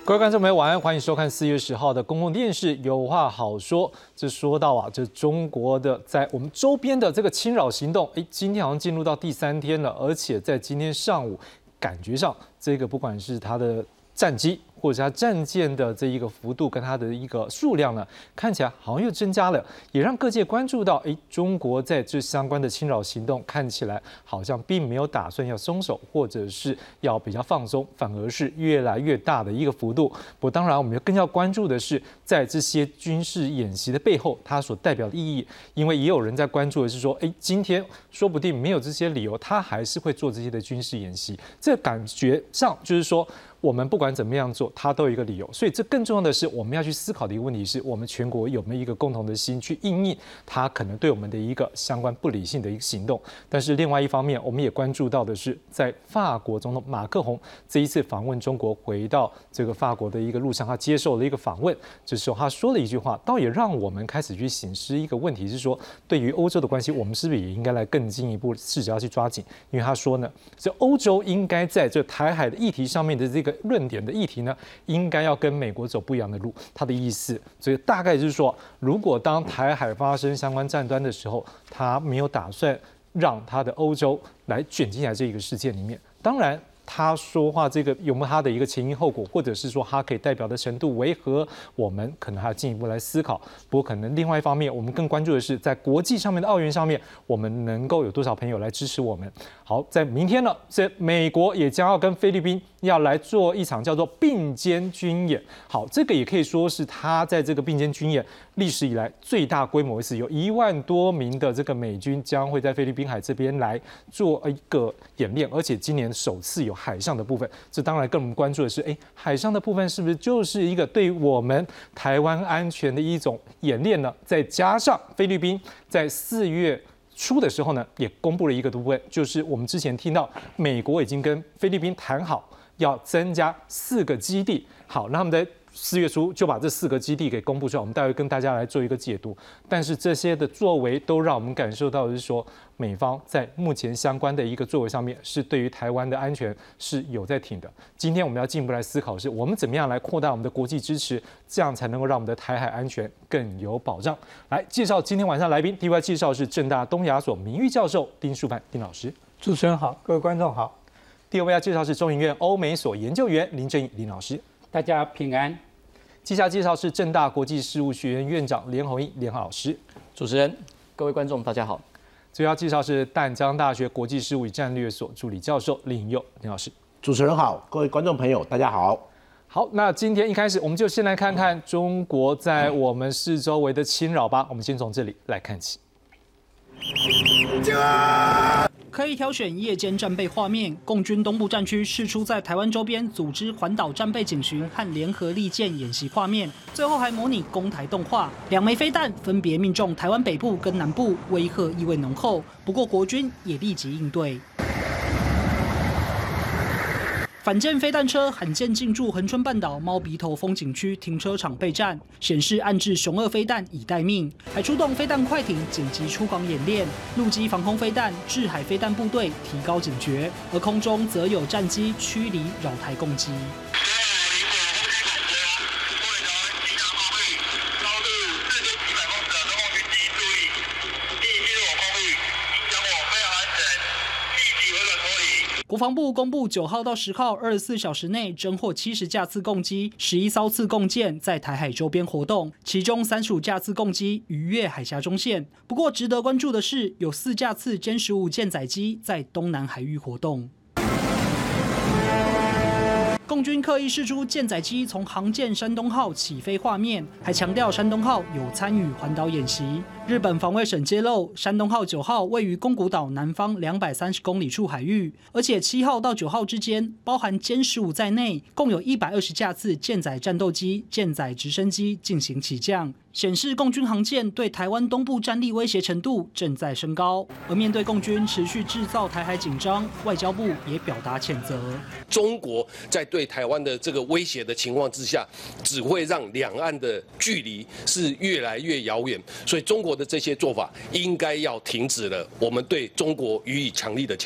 各位观众朋友，晚安，欢迎收看4月10号的公共电视有话好说。这说到啊，这中国的在我们周边的这个侵扰行动，今天好像进入到第3天了，而且在今天上午，感觉上这个不管是它的战机或者是它战舰的这一个幅度跟它的一个数量呢，看起来好像又增加了，也让各界关注到，中国在这相关的侵扰行动看起来好像并没有打算要松手，或者是要比较放松，反而是越来越大的一个幅度。不过当然，我们更要关注的是，在这些军事演习的背后，它所代表的意义，因为也有人在关注的是说，今天说不定没有这些理由，他还是会做这些的军事演习。这感觉上就是说，我们不管怎么样做，它都有一个理由，所以这更重要的是，我们要去思考的一个问题是，我们全国有没有一个共同的心去因应它可能对我们的一个相关不理性的一个行动。但是另外一方面，我们也关注到的是，在法国总统马克宏这一次访问中国，回到这个法国的一个路上，他接受了一个访问，这时候他说了一句话，倒也让我们开始去省思一个问题，是说对于欧洲的关系，我们是不是也应该来更进一步试着要去抓紧？因为他说呢，这欧洲应该在这台海的议题上面的这个论点的议题呢，应该要跟美国走不一样的路。他的意思，所以大概就是说，如果当台海发生相关战端的时候，他没有打算让他的欧洲来卷进来这个事件里面。当然，他说话这个有没有他的一个前因后果，或者是说他可以代表的程度为何，我们可能还要进一步来思考。不过可能另外一方面，我们更关注的是在国际上面的奥运上面，我们能够有多少朋友来支持我们。好，在明天呢，这美国也将要跟菲律宾要来做一场叫做并肩军演。好，这个也可以说是他在这个并肩军演历史以来最大规模一次，有1万多名的这个美军将会在菲律宾海这边来做一个演练，而且今年首次有海上的部分。这当然更我们关注的是，海上的部分是不是就是一个对我们台湾安全的一种演练呢？再加上菲律宾在4月初的时候呢，也公布了一个部分，就是我们之前听到美国已经跟菲律宾谈好，要增加4个基地。好，那他们在4月初就把这4个基地给公布出来，我们待会跟大家来做一个解读。但是这些的作为都让我们感受到的是说，美方在目前相关的一个作为上面，是对于台湾的安全是有在挺的。今天我们要进一步来思考的是，我们怎么样来扩大我们的国际支持，这样才能够让我们的台海安全更有保障。来介绍今天晚上来宾，第一位介绍是政大东亚所名誉教授丁树范丁老师。 主持人好，各位观众好。 第二位要介绍是中研院欧美所研究员林正义林老师。 大家平安。 接下来介绍是政大国际事务学院院长连宏一连老师。 主持人，各位观众大家好。 最后要介绍是淡江大学国际事务与战略所助理教授林颖佑林老师。 主持人好，各位观众朋友大家好。 好，那今天一开始我们就先来看看中国在我们四周围的侵扰吧。我们先从这里来看起。 可以挑选夜间战备画面，共军东部战区释出在台湾周边组织环岛战备警巡和联合利剑演习画面，最后还模拟攻台动画，2枚飞弹分别命中台湾北部跟南部，威吓意味浓厚。不过国军也立即应对。反舰飞弹车罕见进驻恒春半岛猫鼻头风景区停车场备战，显示暗制雄2飞弹已待命，还出动飞弹快艇紧急出港演练，陆基防空飞弹、制海飞弹部队提高警觉，而空中则有战机驱离扰台攻击。国防部公布9号到10号24小时内侦获70架次共机，11艘次共舰在台海周边活动，其中35架次共机逾越海峡中线。不过值得关注的是，有4架次歼15舰载机在东南海域活动。共军刻意释出舰载机从航舰山东号起飞画面，还强调山东号有参与环岛演习。日本防卫省揭露，山东号9号位于宫古岛南方230公里处海域，而且7号到9号之间，包含歼15在内，共有120架次舰载战斗机、舰载直升机进行起降，显示共军航舰对台湾东部战力威胁程度正在升高。而面对共军持续制造台海紧张，外交部也表达谴责。 中国在对台湾的这个威胁的情况之下，只会让两岸的距离是越来越遥远，所以中国的这些做法应该要停止了。我们对中国予以强力的谴责。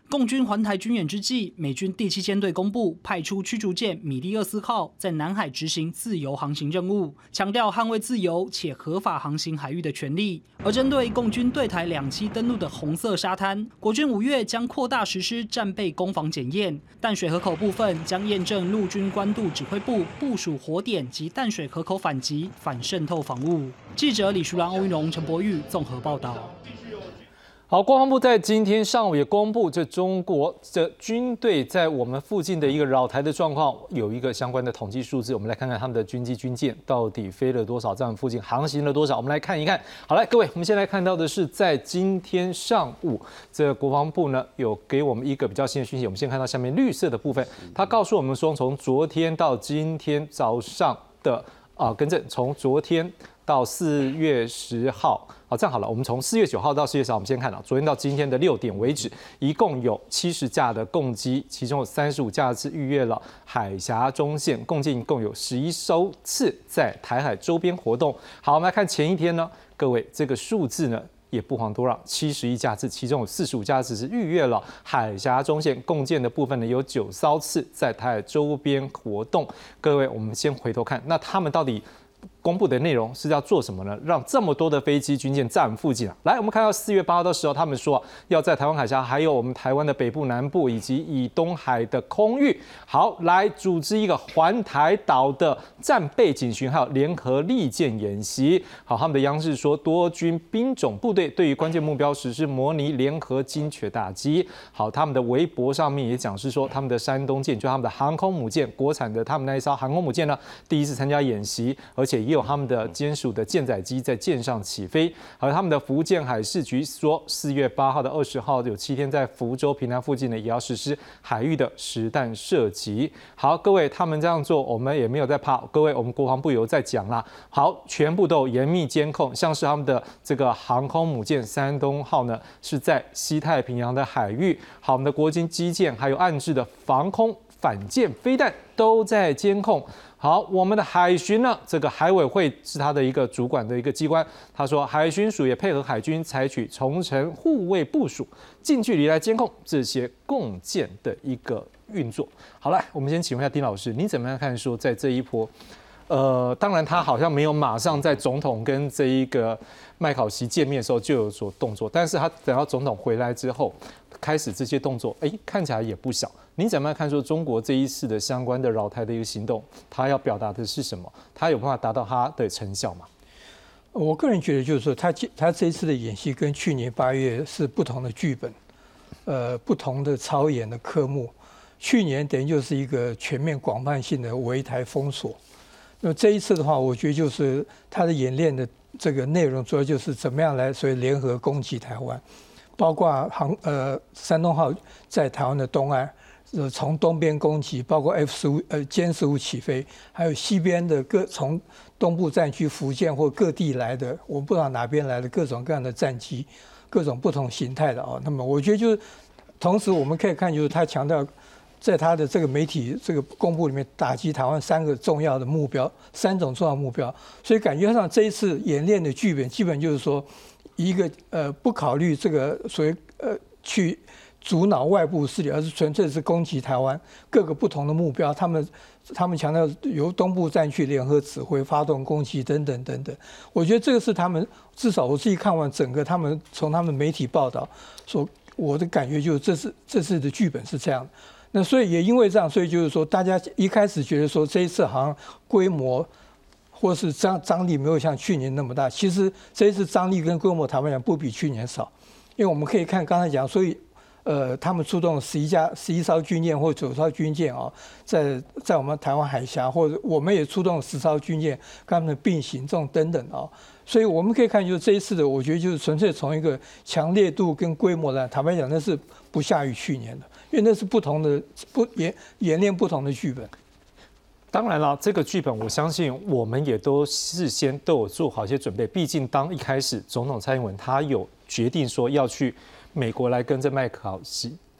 共军环台军演之际，美军第7舰队公布派出驱逐舰米利厄斯号在南海执行自由航行任务，强调捍卫自由且合法航行海域的权利。而针对共军对台2栖登陆的红色沙滩，国军5月将扩大实施战备攻防检验，淡水河口部分将验证陆军关渡指挥部部署火点及淡水河口反击反渗透防务。记者李淑兰、欧云荣、陈柏宇综合报道。 好，国防部在今天上午也公布，这中国的军队在我们附近的一个扰台的状况，有一个相关的统计数字。我们来看看他们的军机、军舰到底飞了多少，在我们附近航行了多少。我们来看一看。好，来各位，我们先来看到的是在今天上午，这国防部呢有给我们一个比较新的讯息。我们先看到下面绿色的部分，它告诉我们说，从昨天到今天早上的更正，从昨天到4月10号。好，这样好了，我们从4月9号到4月10号，我们先看昨天到今天的6点为止，一共有70架的共机，其中有35架次逾越了海峡中线，共计一共有11艘次在台海周边活动。好，我们来看前一天呢，各位这个数字呢也不遑多让，71架次，其中有45架次是逾越了海峡中线，共建的部分呢有9艘次在台海周边活动。各位，我们先回头看，那他们到底公布的内容是要做什么呢？让这么多的飞机、军舰在我们附近来，我们看到4月8号到10号，他们说要在台湾海峡，还有我们台湾的北部、南部以及以东海的空域，好来组织一个环台岛的战备警巡，还有联合利剑演习。好，他们的央视说，多军兵种部队对于关键目标实施模拟联合精确打击。好，他们的微博上面也讲是说，他们的山东舰，就他们的航空母舰，国产的他们那一艘航空母舰呢，第一次参加演习，而且也有他们的歼属的舰载机在舰上起飞。而他们的福建海事局说，4月8号到20号有7天在福州、平南附近呢，也要实施海域的实弹射击。好，各位，他们这样做，我们也没有在怕。各位，我们国防部有在讲啦。好，全部都有严密监控，像是他们的这个航空母舰山东号呢，是在西太平洋的海域。好，我们的国军基建还有岸置的防空反舰飞弹都在监控。好，我们的海巡呢，这个海委会是他的一个主管的一个机关，他说海巡署也配合海军采取重层护卫部署，近距离来监控这些共建的一个运作。好，来，我们先请问一下丁老师，你怎么样看说在这一波？当然他好像没有马上在总统跟这一个麦考锡见面的时候就有所动作，但是他等到总统回来之后，开始这些动作，看起来也不小。你怎么样看说中国这一次的相关的扰台的一个行动，他要表达的是什么？他有办法达到他的成效吗？ 我个人觉得就是说，他这一次的演习跟去年8月是不同的剧本，不同的操演的科目。去年等于就是一个全面广泛性的围台封锁，那么这一次的话，我觉得就是他的演练的这个内容，主要就是怎么样来所谓联合攻击台湾，包括山东号在台湾的东岸。从东边攻击，包括歼15起飞，还有西边的从东部战区福建或各地来的，我不知道哪边来的各种各样的战机，各种不同形态的啊。那么我觉得就是，同时我们可以看，就是他强调，在他的这个媒体这个公布里面，打击台湾3种重要目标，所以感觉上这一次演练的剧本，基本就是说，一个不考虑这个所谓去阻挠外部势力，而是纯粹是攻击台湾各个不同的目标。他们强调由东部战区联合指挥发动攻击等等等等。我觉得这个是他们至少我自己看完整个从他们媒体报道说，我的感觉就是这次的剧本是这样的。那所以也因为这样，所以就是说大家一开始觉得说这一次好像规模或是张力没有像去年那么大，其实这一次张力跟规模坦白讲不比去年少，因为我们可以看刚才讲，所以。他们出动了11艘军舰或9艘军舰啊，在我们台湾海峡，或者我们也出动了10艘军舰，跟他们的并行这种等等啊，所以我们可以看，就是这一次的，我觉得就是纯粹从一个强烈度跟规模来，坦白讲那是不下于去年的，因为那是不同的演练不同的剧本。 当然了，这个剧本我相信我们也都事先都有做好一些准备，毕竟当一开始总统蔡英文他有决定说要去美国来跟着麦考锡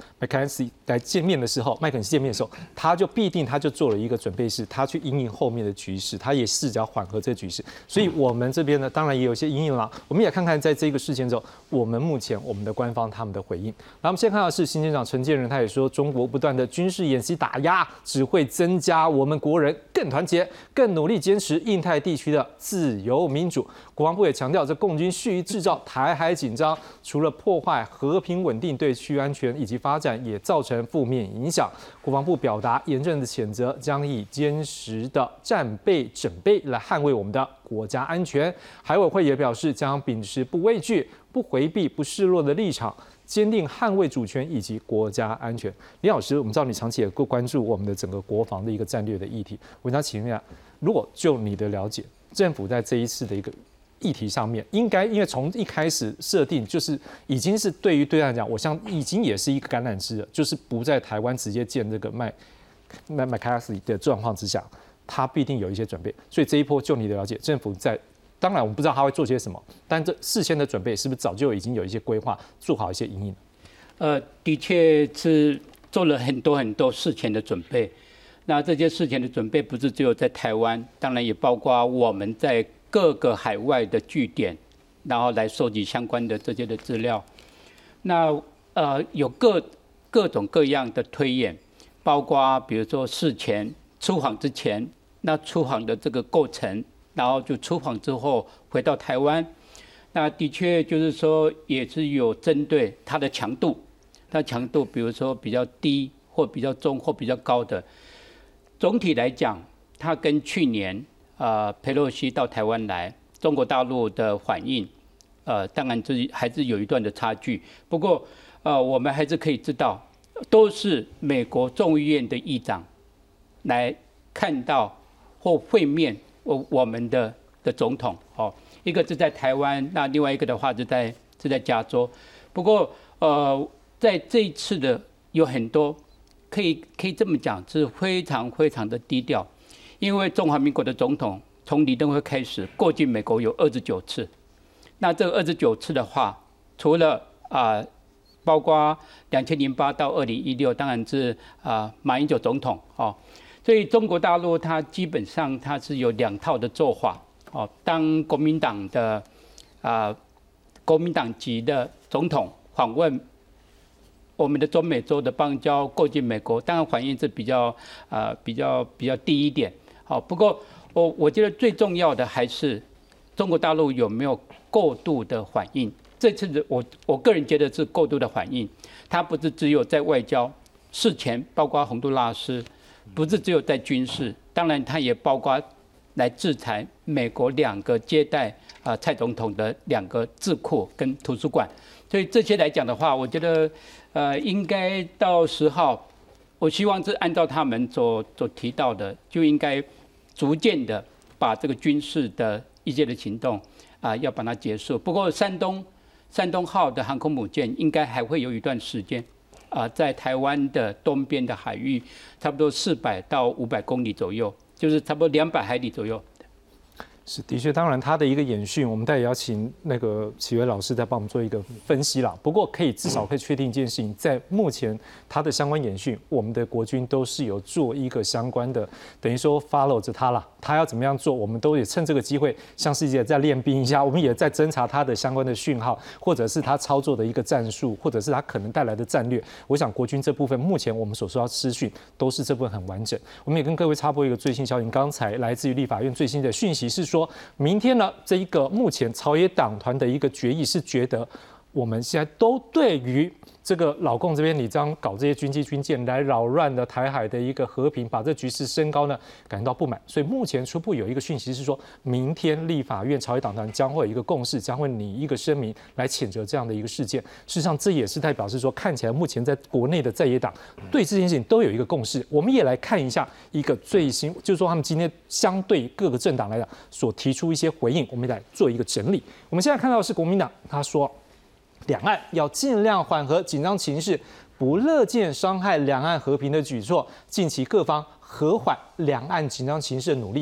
麦肯锡来见面的时候，他就必定他就做了一个准备，是他去因应后面的局势，他也试着要缓和这个局势。所以我们这边呢，当然也有一些因应啦。我们也看看在这个事件之后，我们目前我们的官方他们的回应。那我们先看到是行政长陈建仁，他也说，中国不断的军事演习打压，只会增加我们国人更团结、更努力坚持印太地区的自由民主。国防部也强调，这共军蓄意制造台海紧张，除了破坏和平稳定，对区域安全以及发展也造成负面影响。国防部表达严正的谴责，将以坚实的战备准备来捍卫我们的国家安全。海委会也表示，将秉持不畏惧、不回避、不示弱的立场，坚定捍卫主权以及国家安全。李老师，我们知道你长期也够关注我们的整个国防的一个战略的议题，我想请问一下，如果就你的了解，政府在这一次的一个议题上面，因为从一开始设定就是已经是对于对岸讲，我想已经也是一个橄榄枝了，就是不在台湾直接建这个麦肯锡的状况之下，他必定有一些准备。所以这一波就你的了解，政府在当然我们不知道他会做些什么，但这事先的准备是不是早就已经有一些规划，做好一些因应？ 的确是做了很多事前的准备。那这些事前的准备不是只有在台湾，当然也包括我们在各个海外的据点，然后来收集相关的这些的资料。那有各种各样的推演，包括比如说事前出访之前，那出访的这个构成，然后就出访之后回到台湾，那的确就是说也是有针对它的强度，它强度比如说比较低或比较中或比较高的。总体来讲，它跟去年佩洛西到台湾来，中国大陆的反应，当然这还是有一段的差距。不过我们还是可以知道，都是美国众议院的议长来看到或会面我们的总统。一个是在台湾，那另外一个的话是在加州。不过在这一次的有很多。可以这么讲，是非常的低调，因为中华民国的总统从李登辉开始过境美国有29次，那这个29次的话，除了包括2008到2016，当然是马英九总统所以中国大陆它基本上它是有2套的做法当国民党的国民党籍的总统访问我们的中美洲的邦交过境美国，当然反应是比较低一点。不过我觉得最重要的还是中国大陆有没有过度的反应。这次的我个人觉得是过度的反应，它不是只有在外交事前，包括洪都拉斯，不是只有在军事，当然它也包括来制裁美国2个接待蔡总统的2个智库跟图书馆。所以这些来讲的话，我觉得应该到10号，我希望是按照他们所提到的，就应该逐渐的把这个军事的一些的行动要把它结束。不过山东号的航空母舰应该还会有一段时间在台湾的东边的海域，差不多400到500公里左右，就是差不多200海里左右。 是，的确，当然他的一个演训，我们待会要请那个启伟老师再帮我们做一个分析啦。不过至少可以确定一件事情，在目前他的相关演训，我们的国军都是有做一个相关的，等于说 follow 着他啦。他要怎么样做，我们都也趁这个机会，像是也在练兵一下，我们也在侦查他的相关的讯号，或者是他操作的一个战术，或者是他可能带来的战略。我想国军这部分，目前我们所收到资讯都是这部分很完整。我们也跟各位插播一个最新消息，刚才来自于立法院最新的讯息是说，明天呢，这一个目前朝野党团的一个决议是觉得，我们现在都对于这个老共这边你这样搞这些军机军舰来扰乱了台海的一个和平，把这局势升高呢，感到不满。所以目前初步有一个讯息是说，明天立法院朝野党团将会有一个共识，将会拟一个声明来谴责这样的一个事件。事实上，这也是代表是说，看起来目前在国内的在野党对这件事情都有一个共识。我们也来看一下一个最新，就是说他们今天相对各个政党来讲所提出一些回应，我们来做一个整理。我们现在看到的是国民党，他说，两岸要尽量缓和紧张情势，不乐见伤害两岸和平的举措。近期各方和缓两岸紧张情势的努力，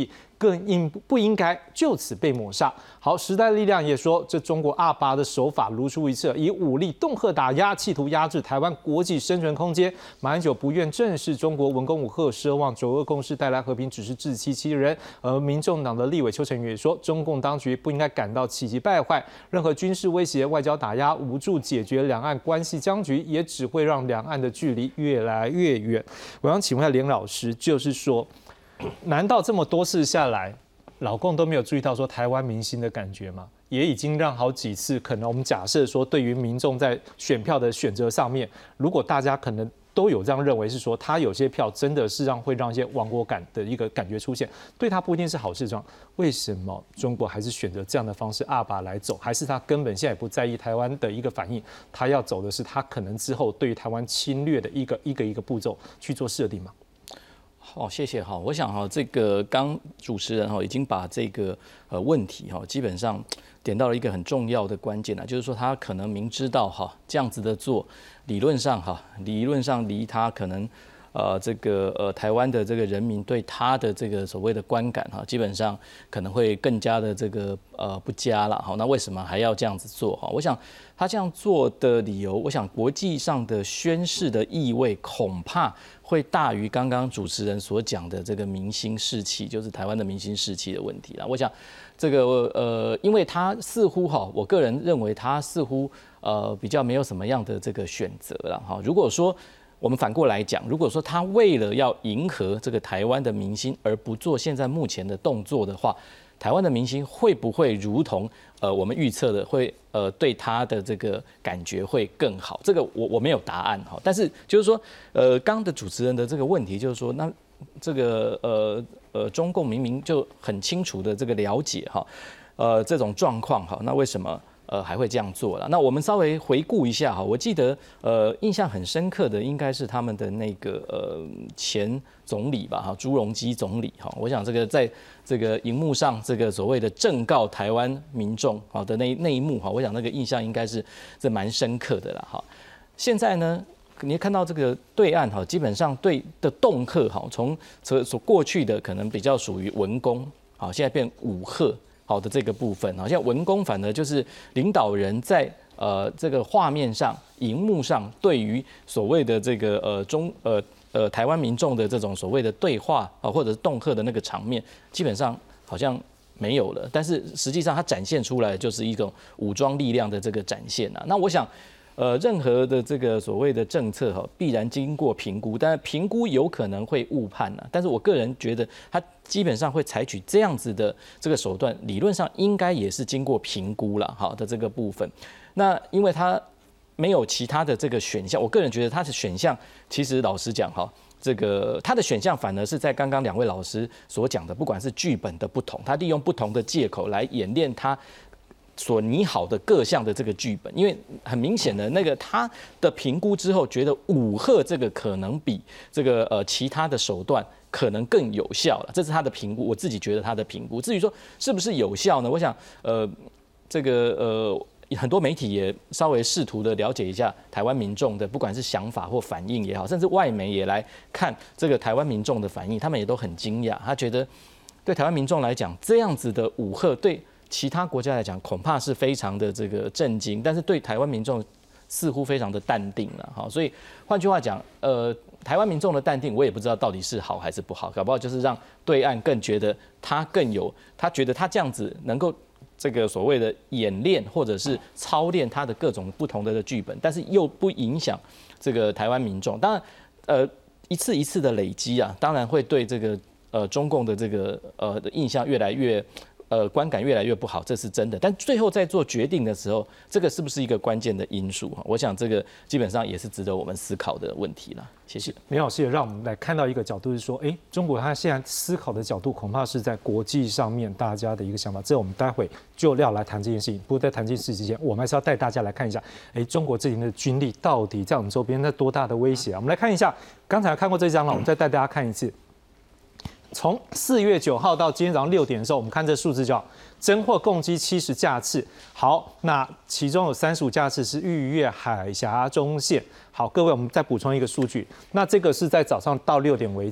不应该就此被抹杀。好，时代力量也说，这中国阿拔的手法如出一辙，以武力恫吓打压，企图压制台湾国际生存空间。马英九不愿正视中国文攻武吓，奢望9·2共识带来和平，只是自欺欺人。而民众党的立委邱成宇也说，中共当局不应该感到气急败坏，任何军事威胁、外交打压无助解决两岸关系僵局，也只会让两岸的距离越来越远。我想请问一下连老师，就是说，难道这么多次下来，老共都没有注意到说台湾民心的感觉吗？也已经让好几次，可能我们假设说，对于民众在选票的选择上面，如果大家可能都有这样认为，是说他有些票真的是会让一些亡国感的一个感觉出现，对他不一定是好事状。为什么中国还是选择这样的方式阿拔来走？还是他根本现在也不在意台湾的一个反应？他要走的是他可能之后对于台湾侵略的一个步骤去做设定吗？ 好，谢谢哈。我想这个刚主持人已经把这个问题基本上点到了一个很重要的关键就是说他可能明知道这样子的做，理论上离他可能这个台湾的这个人民对他的这个所谓的观感基本上可能会更加的这个不佳了。好，那为什么还要这样子做？我想他这样做的理由，我想国际上的宣示的意味恐怕会大于刚刚主持人所讲的这个民心士气，就是台湾的民心士气的问题啦。我想这个因为他似乎我个人认为他似乎比较没有什么样的这个选择了哈。如果说我们反过来讲，如果说他为了要迎合这个台湾的民心而不做现在目前的动作的话，台湾的民心会不会如同我们预测的会对他的这个感觉会更好？这个我没有答案哈。但是就是说刚的主持人的这个问题就是说，那这个中共明明就很清楚的这个了解这种状况那为什么还会这样做了？那我们稍微回顾一下我记得印象很深刻的应该是他们的那个前总理吧朱镕基总理我想这个在这个荧幕上这个所谓的正告台湾民众的那一幕我想那个印象应该是蛮深刻的啦现在呢，你看到这个对岸基本上对的恫吓从所过去的可能比较属于文攻现在变武吓的这个部分现在文攻反而就是领导人在这个画面上、荧幕上对于所谓的这个台湾民众的这种所谓的对话或者是恫吓的那个场面，基本上好像没有了。但是实际上它展现出来的就是一种武装力量的这个展现那我想。任何的这个所谓的政策必然经过评估，但是评估有可能会误判但是我个人觉得，它基本上会采取这样子的这个手段，理论上应该也是经过评估了的这个部分。那因为它没有其他的这个选项，我个人觉得它的选项其实老实讲这个他的选项反而是在刚刚两位老师所讲的，不管是剧本的不同，他利用不同的借口来演练他。所拟好的各项的这个剧本，因为很明显的那个他的评估之后，觉得武吓这个可能比这个其他的手段可能更有效了，这是他的评估。我自己觉得他的评估，至于说是不是有效呢？我想这个很多媒体也稍微试图的了解一下台湾民众的不管是想法或反应也好，甚至外媒也来看这个台湾民众的反应，他们也都很惊讶，他觉得对台湾民众来讲，这样子的武吓对。其他国家来讲，恐怕是非常的这个震惊，但是对台湾民众似乎非常的淡定了所以换句话讲，台湾民众的淡定，我也不知道到底是好还是不好，搞不好就是让对岸更觉得他觉得他这样子能够这个所谓的演练或者是操练他的各种不同的剧本，但是又不影响这个台湾民众。当然，一次一次的累积当然会对这个中共的这个的印象越来越。观感越来越不好，这是真的。但最后在做决定的时候，这个是不是一个关键的因素？我想这个基本上也是值得我们思考的问题了。谢谢。林老师也让我们来看到一个角度是说，中国它现在思考的角度恐怕是在国际上面大家的一个想法。这我们待会就要来谈这件事情。不过在谈这件事之前，我们还是要带大家来看一下，中国这里面的军力到底在我们周边那多大的威胁我们来看一下，刚才看过这张了，我们再带大家看一次。从4月9号到今天早上6点的时候，我们看这数字就好，侦获共机70架次。好，那其中有35架次是逾越海峡中线。好，各位，我们再补充一个数据，那这个是在早上到6点为止。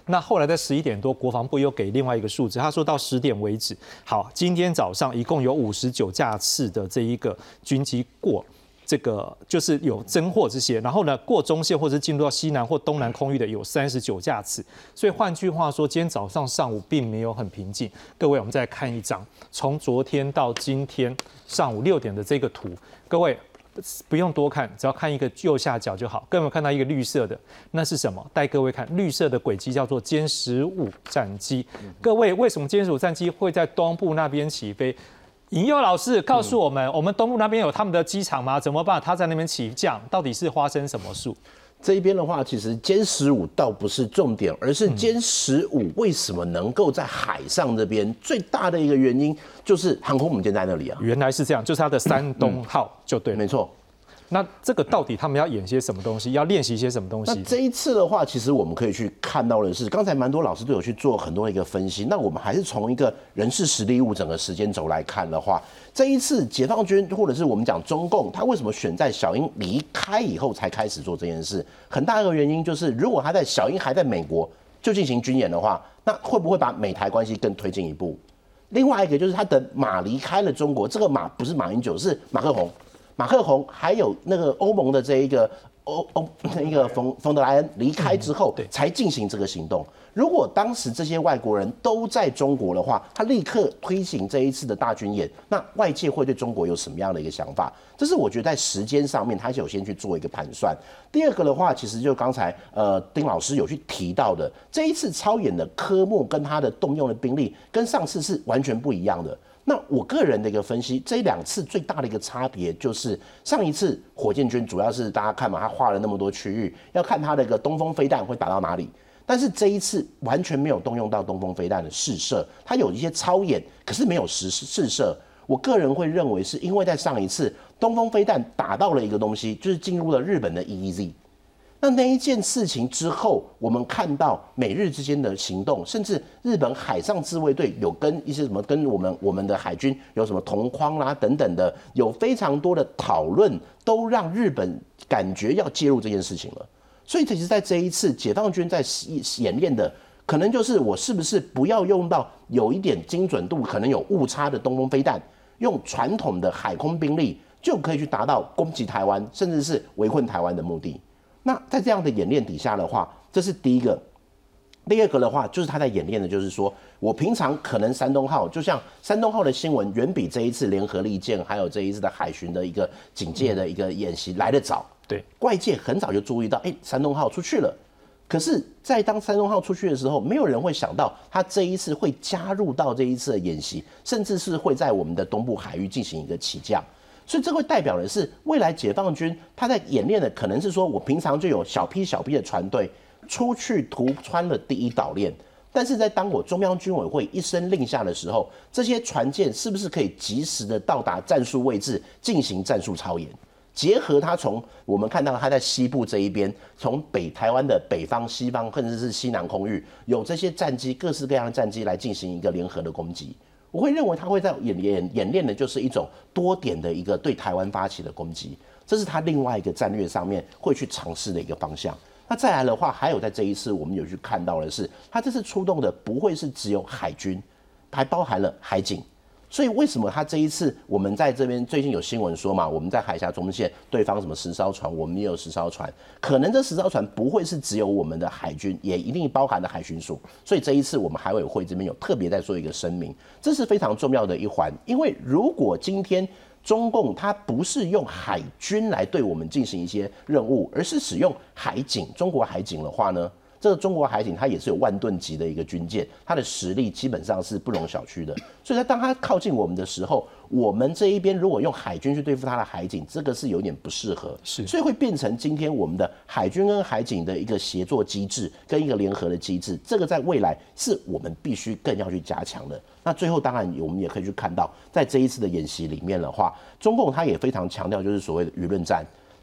那后来在11点多，国防部又给另外一个数字，他说到10点为止，好，今天早上一共有59架次的这一个军机过。这个就是有侦获这些，然后呢，过中线或者是进入到西南或东南空域的有39架次，所以换句话说，今天早上上午并没有很平静。各位，我们再来看一张，从昨天到今天上午6点的这个图，各位不用多看，只要看一个右下角就好。各位有没有看到一个绿色的？那是什么？带各位看，绿色的轨迹叫做歼15战机。各位，为什么歼15战机会在东部那边起飞？尹佑老师告诉我们，我们东部那边有他们的机场吗？怎么办？他在那边起降，到底是发生什么事？ 这一边的话，其实歼15倒不是重点，而是歼15为什么能够在海上这边，最大的一个原因就是航空母舰在那里啊。 原来是这样，就是它的山东号就对了。 没错。 那这个到底他们要演些什么东西？要练习些什么东西？ 那这一次的话，其实我们可以去看到的是，刚才蛮多老师都有去做很多的一个分析。那我们还是从一个人事实力物整个时间轴来看的话，这一次解放军或者是我们讲中共，他为什么选在小英离开以后才开始做这件事？很大一个原因就是，如果他在小英还在美国就进行军演的话，那会不会把美台关系更推进一步？另外一个就是他的马离开了中国，这个马不是马英九，是马克宏。马克宏还有那个欧盟的这一个冯德莱恩离开之后，才进行这个行动。如果当时这些外国人都在中国的话，他立刻推行这一次的大军演，那外界会对中国有什么样的一个想法？这是我觉得在时间上面，他有先去做一个盘算。第二个的话，其实就刚才丁老师有去提到的，这一次操演的科目跟他的动用的兵力，跟上次是完全不一样的。那我个人的一个分析，这2次最大的一个差别就是上一次火箭军主要是大家看嘛，他画了那么多区域，要看他的一个东风飞弹会打到哪里。但是这一次完全没有动用到东风飞弹的试射，它有一些操演，可是没有试射。我个人会认为是因为在上一次东风飞弹打到了一个东西，就是进入了日本的 EEZ。那一件事情之后，我们看到美日之间的行动，甚至日本海上自卫队有跟一些什么跟我们的海军有什么同框啦等等的，有非常多的讨论，都让日本感觉要介入这件事情了。所以其实在这一次解放军在演练的，可能就是我是不是不要用到有一点精准度可能有误差的东风飞弹，用传统的海空兵力就可以去达到攻击台湾，甚至是围困台湾的目的。那在这样的演练底下的话，这是第一个。第二个的话，就是他在演练的，就是说我平常可能山东号，就像山东号的新闻，远比这一次联合利剑还有这一次的海巡的一个警戒的一个演习来得早。 对， 外界很早就注意到，山东号出去了。可是，在当山东号出去的时候，没有人会想到他这一次会加入到这一次的演习，甚至是会在我们的东部海域进行一个起降。所以这会代表的是，未来解放军他在演练的可能是说，我平常就有小批的船队出去突穿了第一岛链，但是在当我中央军委会一声令下的时候，这些船舰是不是可以及时的到达战术位置进行战术操演？结合它从我们看到它在西部这一边，从北台湾的北方、西方，甚至是西南空域，有这些战机，各式各样的战机来进行一个联合的攻击。我会认为他会在演练的就是一种多点的一个对台湾发起的攻击，这是他另外一个战略上面会去尝试的一个方向。那再来的话，还有在这一次我们有去看到的是，他这次出动的不会是只有海军，还包含了海警。所以为什么他这一次我们在这边最近有新闻说嘛，我们在海峡中线对方什么10艘船，我们也有10艘船，可能这10艘船不会是只有我们的海军，也一定包含了海巡署。所以这一次我们海委会这边有特别在做一个声明，这是非常重要的一环。因为如果今天中共它不是用海军来对我们进行一些任务，而是使用海警，中国海警的话呢，这个中国海警它也是有万吨级的一个军舰，它的实力基本上是不容小觑的。所以当它靠近我们的时候，我们这一边如果用海军去对付它的海警，这个是有点不适合，所以会变成今天我们的海军跟海警的一个协作机制跟一个联合的机制，这个在未来是我们必须更要去加强的。那最后当然我们也可以去看到，在这一次的演习里面的话，中共它也非常强调就是所谓的舆论战。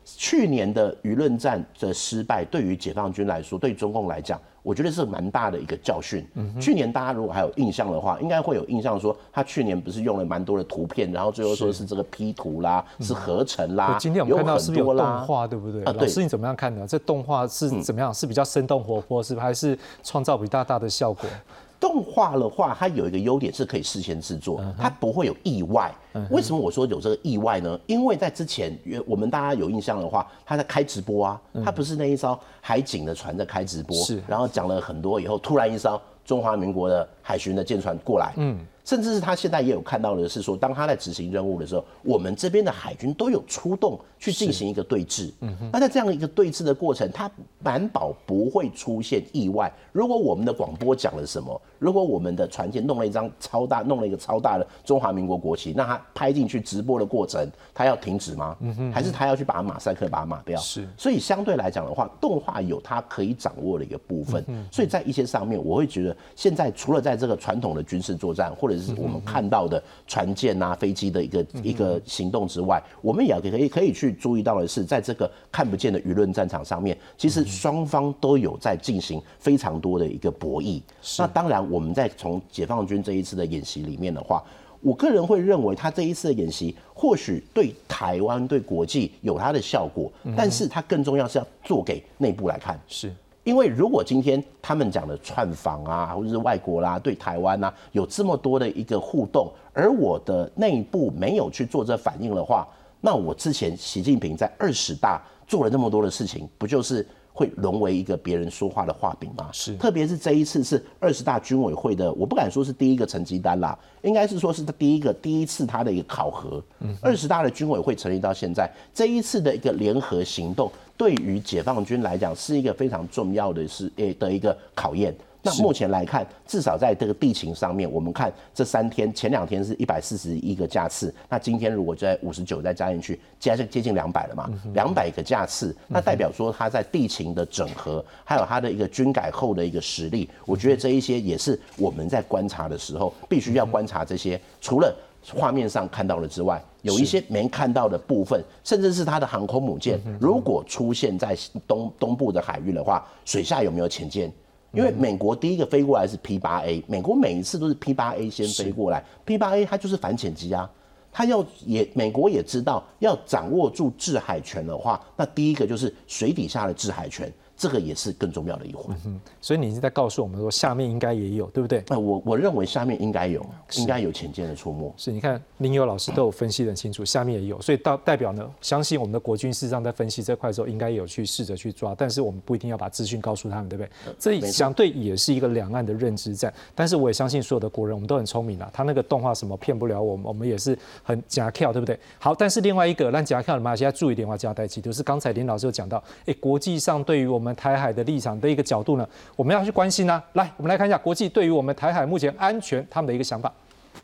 去年的舆论战的失败，对于解放军来说，对中共来讲，我觉得是蛮大的一个教训。去年大家如果还有印象的话，应该会有印象说，他去年不是用了蛮多的图片，然后最后说是这个 P 图啦，是合成啦， 今天我们看到是不是有动画，对不对？ 对。 老师你怎么样看呢？这动画是怎么样？是比较生动活泼，是不是还是创造比较大的效果？ 动画的话，它有一个优点是可以事先制作，它不会有意外。为什么我说有这个意外呢？因为在之前，我们大家有印象的话，他在开直播啊，他不是那一艘海警的船在开直播，然后讲了很多以后，突然一艘中华民国的海巡的舰船过来，甚至是他现在也有看到的是说，当他在执行任务的时候，我们这边的海军都有出动去进行一个对峙。那在这样一个对峙的过程，他难保不会出现意外。如果我们的广播讲了什么，如果我们的船舰弄了一个超大的中华民国国旗，那他拍进去直播的过程，他要停止吗？还是他要去把它马赛克把它码掉？是。所以相对来讲的话，动画有它可以掌握的一个部分。所以在一些上面，我会觉得现在除了在这个传统的军事作战，或者是我们看到的船舰啊、飞机的一个行动之外，我们也可以去注意到的是，在这个看不见的舆论战场上面，其实双方都有在进行非常多的一个博弈。那当然，我们在从解放军这一次的演习里面的话，我个人会认为，他这一次的演习或许对台湾、对国际有它的效果，但是它更重要是要做给内部来看。是。因为如果今天他们讲的串访啊，或者是外国啦，对台湾啊有这么多的一个互动，而我的内部没有去做这反应的话，那我之前习近平在20大做了那么多的事情，不就是会沦为一个别人说话的画饼吗？是，特别是这一次是20大军委会的，我不敢说是第一个成绩单啦，应该是说是第一次他的一个考核。20大的军委会成立到现在，这一次的一个联合行动，对于解放军来讲是一个非常重要的一个考验。那目前来看，至少在这个地勤上面，我们看这3天，前2天是141个架次，那今天如果在59再加进去，接近200了嘛，200个架次，那代表说他在地勤的整合，还有他的一个军改后的一个实力，我觉得这一些也是我们在观察的时候必须要观察这些，除了画面上看到的之外，有一些没看到的部分，甚至是它的航空母舰，如果出现在东部的海域的话，水下有没有潜舰？因为美国第一个飞过来是 P8A， 美国每一次都是 P8A 先飞过来 ，P8A 它就是反潜机啊，美国也知道要掌握住制海权的话，那第一个就是水底下的制海权。这个也是更重要的一环。 所以你是在告诉我们说，下面应该也有，对不对？ 我认为下面应该有潜舰的出没。 是，你看林友老师都有分析得很清楚，下面也有，所以代表呢，相信我们的国军事实上在分析这块的时候，应该有去试着去抓，但是我们不一定要把资讯告诉他们，对不对？这相对也是一个两岸的认知战。但是我也相信所有的国人，我们都很聪明啦，他那个动画什么骗不了我们，我们也是很假跳，对不对？好，但是另外一个让假跳的马来西亚注意点话加代起，就是刚才林老师有讲到，国际上对于我们台海的立场的一个角度呢，我们要去关心啊。来，我们来看一下国际对于我们台海目前安全他们的一个想法。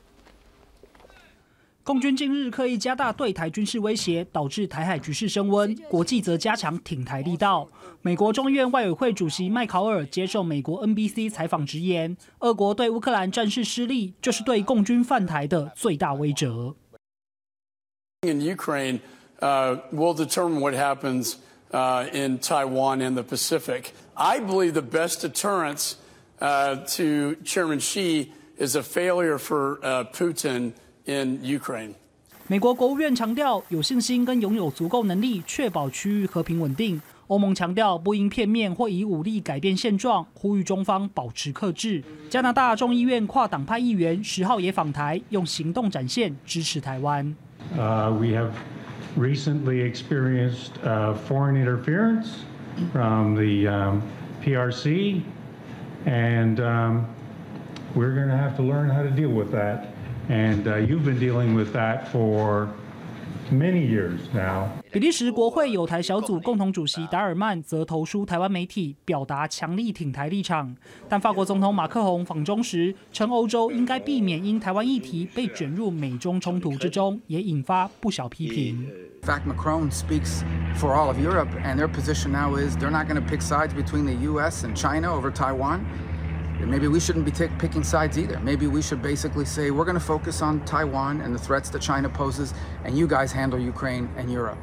共军近日刻意加大对台军事威胁，导致台海局势升温，国际则加强挺台力道。美国众议院外委会主席麦考尔接受美国 NBC 采访直言，俄国对乌克兰战事失利，就是对共军犯台的最大威慑。 In Ukraine, will determine what happens in Taiwan and the Pacific. I believe the best deterrence to Chairman Xi is a failure for Putin in Ukraine. 美国国务院强调有信心跟拥有足够能力确保区域和平稳定。欧盟强调不应片面或以武力改变现状，呼吁中方保持克制。加拿大众议院跨党派议员10号也访台，用行动展现支持台湾。 We have recently experienced foreign interference from the PRC, and we're going to have to learn how to deal with that. And you've been dealing with that for many years now. 比利时国会友台小组共同主席达尔曼则投书台湾媒体，表达强力挺台立场。但法国总统马克宏访中时，称欧洲应该避免因台湾议题被卷入美中冲突之中，也引发不少批评。 In fact, Macron speaks for all of Europe, and their position now is they're not going to pick sides between the U.S. and China over Taiwan. Maybe we shouldn't be picking sides either. Maybe we should basically say we're going to focus on Taiwan and the threats that China poses, and you guys handle Ukraine and Europe.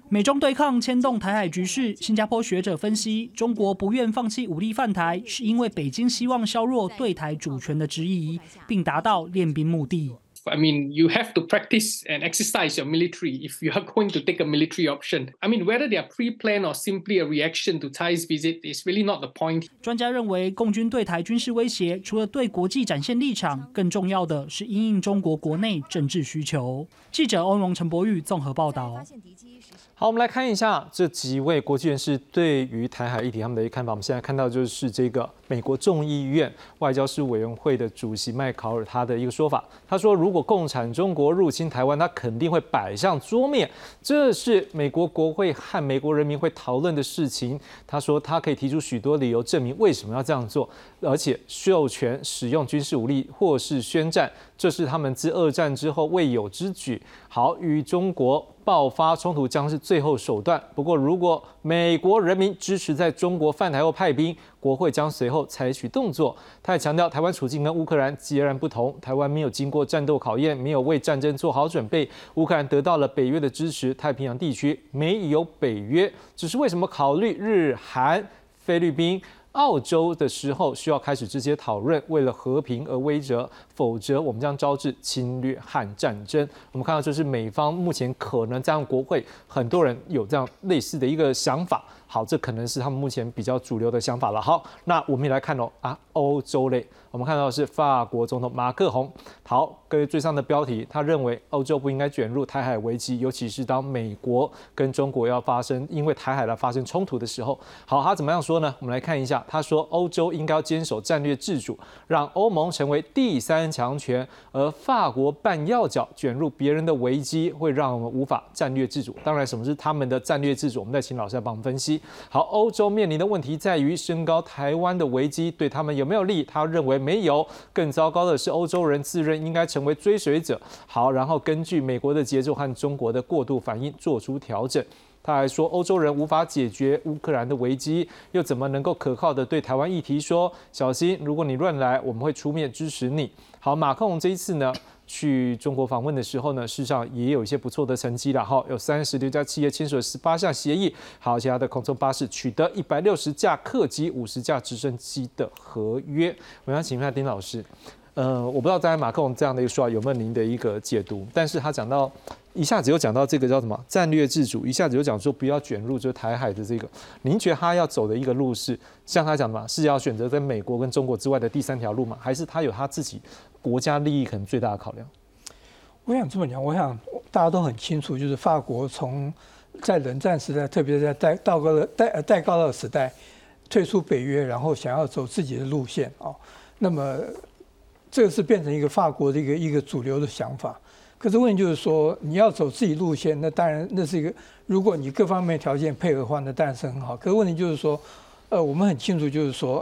美中对抗牵动台海局势，新加坡学者分析，中国不愿放弃武力犯台，是因为北京希望削弱对台主权的质疑，并达到练兵目的。 I mean, you have to practice and exercise your military if you are going to take a military option. I mean, whether they are pre-planned or simply a reaction to Tsai's visit is really not the point. 专家认为，共军对台军事威胁，除了对国际展现立场，更重要的是因应中国国内政治需求。记者欧荣、陈柏宇综合报道。 好，我们来看一下这几位国际人士对于台海议题他们的一个看法。我们现在看到就是这个美国众议院外交事务委员会的主席麦考尔他的一个说法。他说，如果共产中国入侵台湾，他肯定会摆上桌面，这是美国国会和美国人民会讨论的事情。他说，他可以提出许多理由证明为什么要这样做，而且授权使用军事武力或是宣战，这是他们自二战之后未有之举。好，与中国爆发冲突将是最后手段。不过，如果美国人民支持在中国犯台后派兵，国会将随后采取动作。他也强调，台湾处境跟乌克兰截然不同，台湾没有经过战斗考验，没有为战争做好准备。乌克兰得到了北约的支持，太平洋地区没有北约，只是为什么考虑日韩、菲律宾、澳洲的时候需要开始这些讨论，为了和平而威慑，否则我们将招致侵略和战争。我们看到这是美方目前可能这样国会很多人有这样类似的一个想法。好，这可能是他们目前比较主流的想法了。好，那我们也来看欧洲类，我们看到的是法国总统马克宏。好，各位最上的标题，他认为欧洲不应该卷入台海危机，尤其是当美国跟中国要发生因为台海来发生冲突的时候。好，他怎么样说呢？我们来看一下，他说欧洲应该要坚守战略自主，让欧盟成为第三强权，而法国扮要角卷入别人的危机，会让我们无法战略自主。当然，什么是他们的战略自主？我们再请老师来帮我们分析。好，欧洲面临的问题在于升高台湾的危机对他们有没有利？他认为没有。更糟糕的是，欧洲人自认应该成为追随者。好，然后根据美国的节奏和中国的过度反应做出调整。他还说，欧洲人无法解决乌克兰的危机，又怎么能够可靠的对台湾议题说小心，如果你乱来，我们会出面支持你。好，马克龙这一次呢，去中国访问的时候呢，事实上也有一些不错的成绩了。好，有36家企业签署了18项协议，好，其他的空中巴士取得160架客机、50架直升机的合约。我想请问一下丁老师，我不知道在马克龙这样的一个说法有没有您的一个解读，但是他讲到一下子又讲到这个叫什么战略自主，一下子又讲说不要卷入就是台海的这个，您觉得他要走的一个路是像他讲的嘛，是要选择在美国跟中国之外的第三条路吗？还是他有他自己国家利益可能最大的考量？ 我想这么讲，我想大家都很清楚，就是法国从在冷战时代，特别是在戴高乐时代退出北约，然后想要走自己的路线啊。那么这个是变成一个法国的一个主流的想法。可是问题就是说，你要走自己路线，那当然那是一个，如果你各方面条件配合的话，那当然是很好。可是问题就是说，我们很清楚，就是说，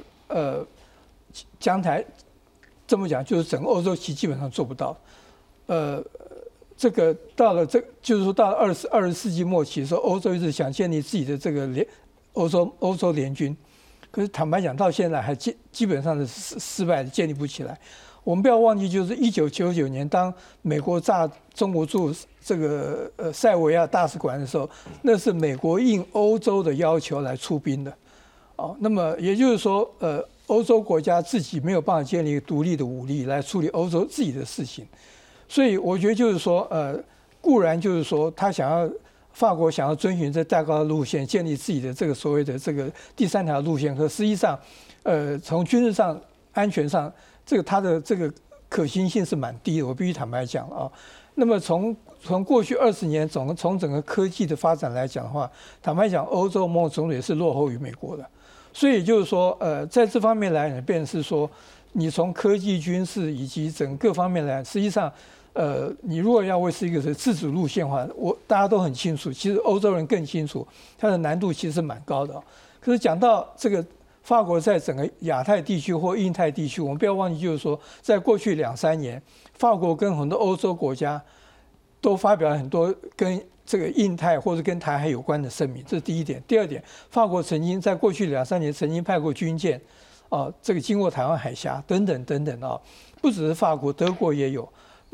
将台这么讲，就是整个欧洲其实基本上做不到。这个到了就是说到了20世纪末期的时候，欧洲一直想建立自己的这个欧洲联军，可是坦白讲，到现在还基本上是失败的，建立不起来。我们不要忘记，就是1999年，当美国炸中国驻这个塞维亚大使馆的时候，那是美国应欧洲的要求来出兵的。哦，那么也就是说，欧洲国家自己没有办法建立独立的武力来处理欧洲自己的事情，所以我觉得就是说，固然就是说法国想要遵循这戴高乐路线，建立自己的这个所谓的这个第三条路线，可实际上，从军事上、安全上，它的这个可行性是蛮低的，我必须坦白讲啊。那么从过去20年从整个科技的发展来讲的话，坦白讲，欧洲某种程度也是落后于美国的。所以就是说，在这方面来讲，便是说，你从科技、军事以及整个方面来，实际上，你如果要维持一个自主路线的话，大家都很清楚，其实欧洲人更清楚，它的难度其实是蛮高的。可是讲到这个法国在整个亚太地区或印太地区，我们不要忘记，就是说，在过去2-3年，法国跟很多欧洲国家都发表了很多跟这个印太或者跟台海有关的声明，这是第一点。第二点，法国曾经在过去2-3年曾经派过军舰，这个经过台湾海峡等等等等啊，不只是法国，德国也有。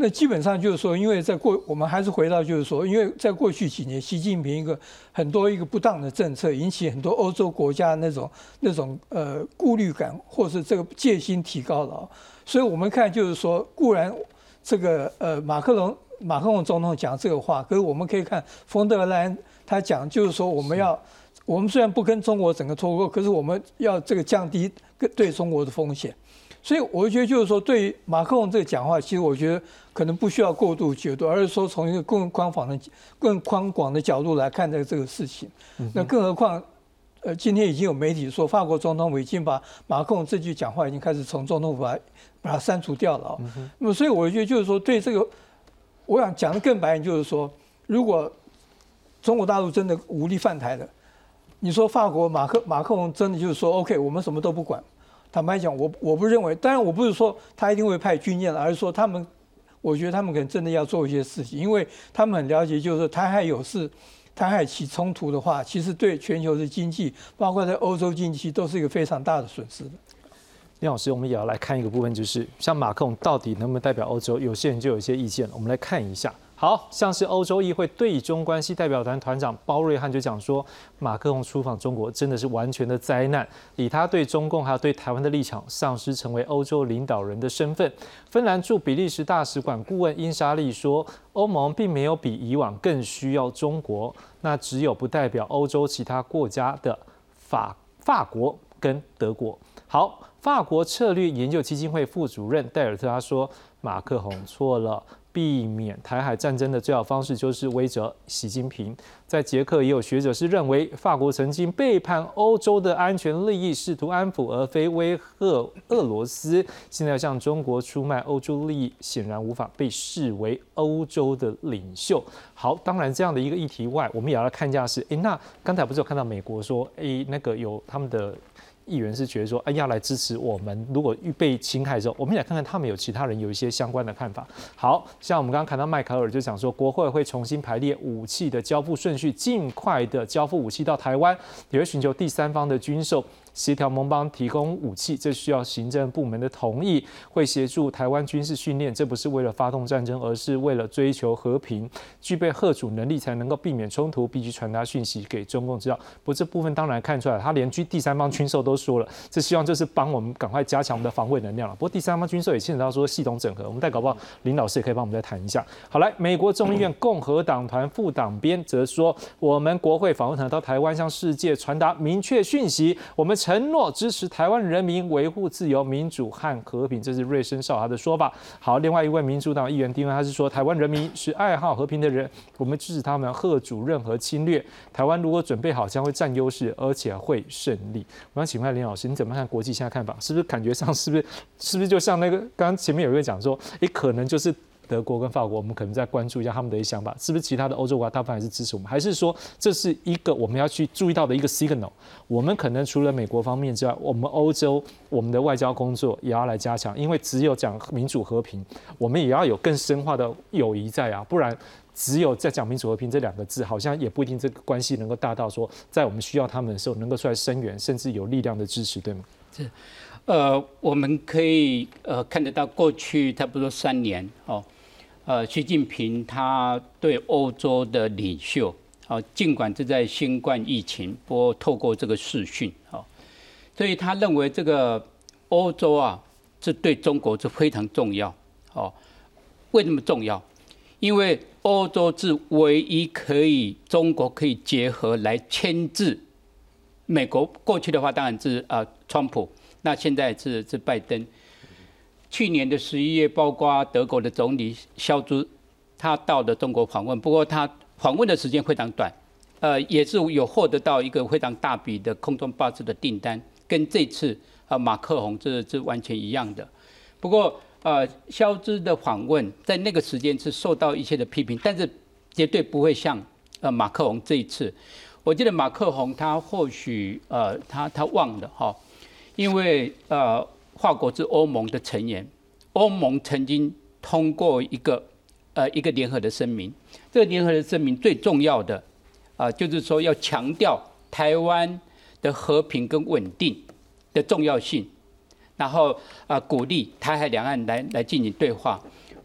那基本上就是说，因为我们还是回到就是说，因为在过去几年，习近平很多不当的政策，引起很多欧洲国家那种顾虑感，或是这个戒心提高了。所以我们看就是说，固然这个马克龙总统讲这个话，可是我们可以看冯德莱恩他讲，就是说我们虽然不跟中国整个脱钩，可是我们要这个降低对中国的风险。所以我觉得就是说，对于马克龙这个讲话，其实我觉得可能不需要过度解读，而是说从一个更宽广的角度来看这个事情。那更何况，今天已经有媒体说，法国总统府已经把马克龙这句讲话已经开始从总统府把它删除掉了。那么，所以我觉得就是说，对这个，我想讲的更白一点，就是说，如果中国大陆真的武力犯台了，你说法国马克龙真的就是说 OK， 我们什么都不管。坦白讲，我不认为，当然我不是说他一定会派军舰了，而是说我觉得他们可能真的要做一些事情，因为他们很了解，就是说台海起冲突的话，其实对全球的经济，包括在欧洲经济都是一个非常大的损失的。 林老师，我们也要来看一个部分，就是像马克龙到底能不能代表欧洲？有些人就有一些意见了，我们来看一下。好像是欧洲议会对中关系代表团团长包瑞汉就讲说，马克龙出访中国真的是完全的灾难，以他对中共还有对台湾的立场，丧失成为欧洲领导人的身份。芬兰驻比利时大使馆顾问英莎莉说，欧盟并没有比以往更需要中国，那只有不代表欧洲其他国家的法国跟德国。好，法国策略研究基金会副主任戴尔特他说，马克龙错了。避免台海战争的最好方式就是威慑习近平。在捷克也有学者是认为，法国曾经背叛欧洲的安全利益，试图安抚而非威吓俄罗斯。现在向中国出卖欧洲利益，显然无法被视为欧洲的领袖。好，当然这样的一个议题外，我们也要来看一下是，那刚才不是有看到美国说，那个有他们的议员是觉得说，要来支持我们，如果预备侵害的时候，我们也看看他们有其他人有一些相关的看法。好像我们刚刚看到迈克尔就讲说，国会会重新排列武器的交付顺序，尽快的交付武器到台湾，也会寻求第三方的军售。协调盟邦提供武器，这需要行政部门的同意，会协助台湾军事训练，这不是为了发动战争，而是为了追求和平，具备嚇阻能力才能够避免冲突，必须传达讯息给中共知道。不过这部分当然看出来，他连第三方军售都说了，这希望就是帮我们赶快加强我们的防卫能量了。不过第三方军售也牵扯到说系统整合，我们再搞不好林老师也可以帮我们再谈一下。好，来，美国众议院共和党团副党鞭则说，我们国会访问团到台湾，向世界传达明确讯息，我们承诺支持台湾人民维护自由、民主和和平，这是瑞声绍他的说法。好，另外一位民主党议员丁恩他是说，台湾人民是爱好和平的人，我们支持他们嚇阻任何侵略。台湾如果准备好，将会占优势，而且会胜利。我想请问林老师，你怎么看国际现在看法？是不是感觉上是不是就像那个刚刚前面有一位讲说，可能就是德国跟法国，我们可能再关注一下他们的一些想法，是不是其他的欧洲国家大部分还是支持我们，还是说这是一个我们要去注意到的一个 signal？ 我们可能除了美国方面之外，我们欧洲我们的外交工作也要来加强，因为只有讲民主和平，我们也要有更深化的友谊在啊，不然只有在讲民主和平这两个字，好像也不一定这个关系能够大到说，在我们需要他们的时候能够出来声援，甚至有力量的支持，对吗？ 是，我们可以看得到过去差不多3年习近平他对欧洲的领袖，尽管是在新冠疫情，不过透过这个视讯，所以他认为这个欧洲啊，这对中国是非常重要。为什么重要？因为欧洲是唯一中国可以结合来牵制美国。过去的话当然是川普，那现在是拜登。去年的11月，包括德国的总理肖兹，他到了中国访问，不过他访问的时间非常短，也是有获得到一个非常大笔的空中巴士的订单，跟这次马克龙这完全一样的。不过肖兹的访问在那个时间是受到一些的批评，但是绝对不会像马克龙这一次。我记得马克龙他或许他忘了因为法国是欧盟的成员，欧盟曾经通过一个联合的声明。这个联合的声明最重要的就是说要强调台湾的和平跟稳定的重要性，然后鼓励台海两岸来进行对话。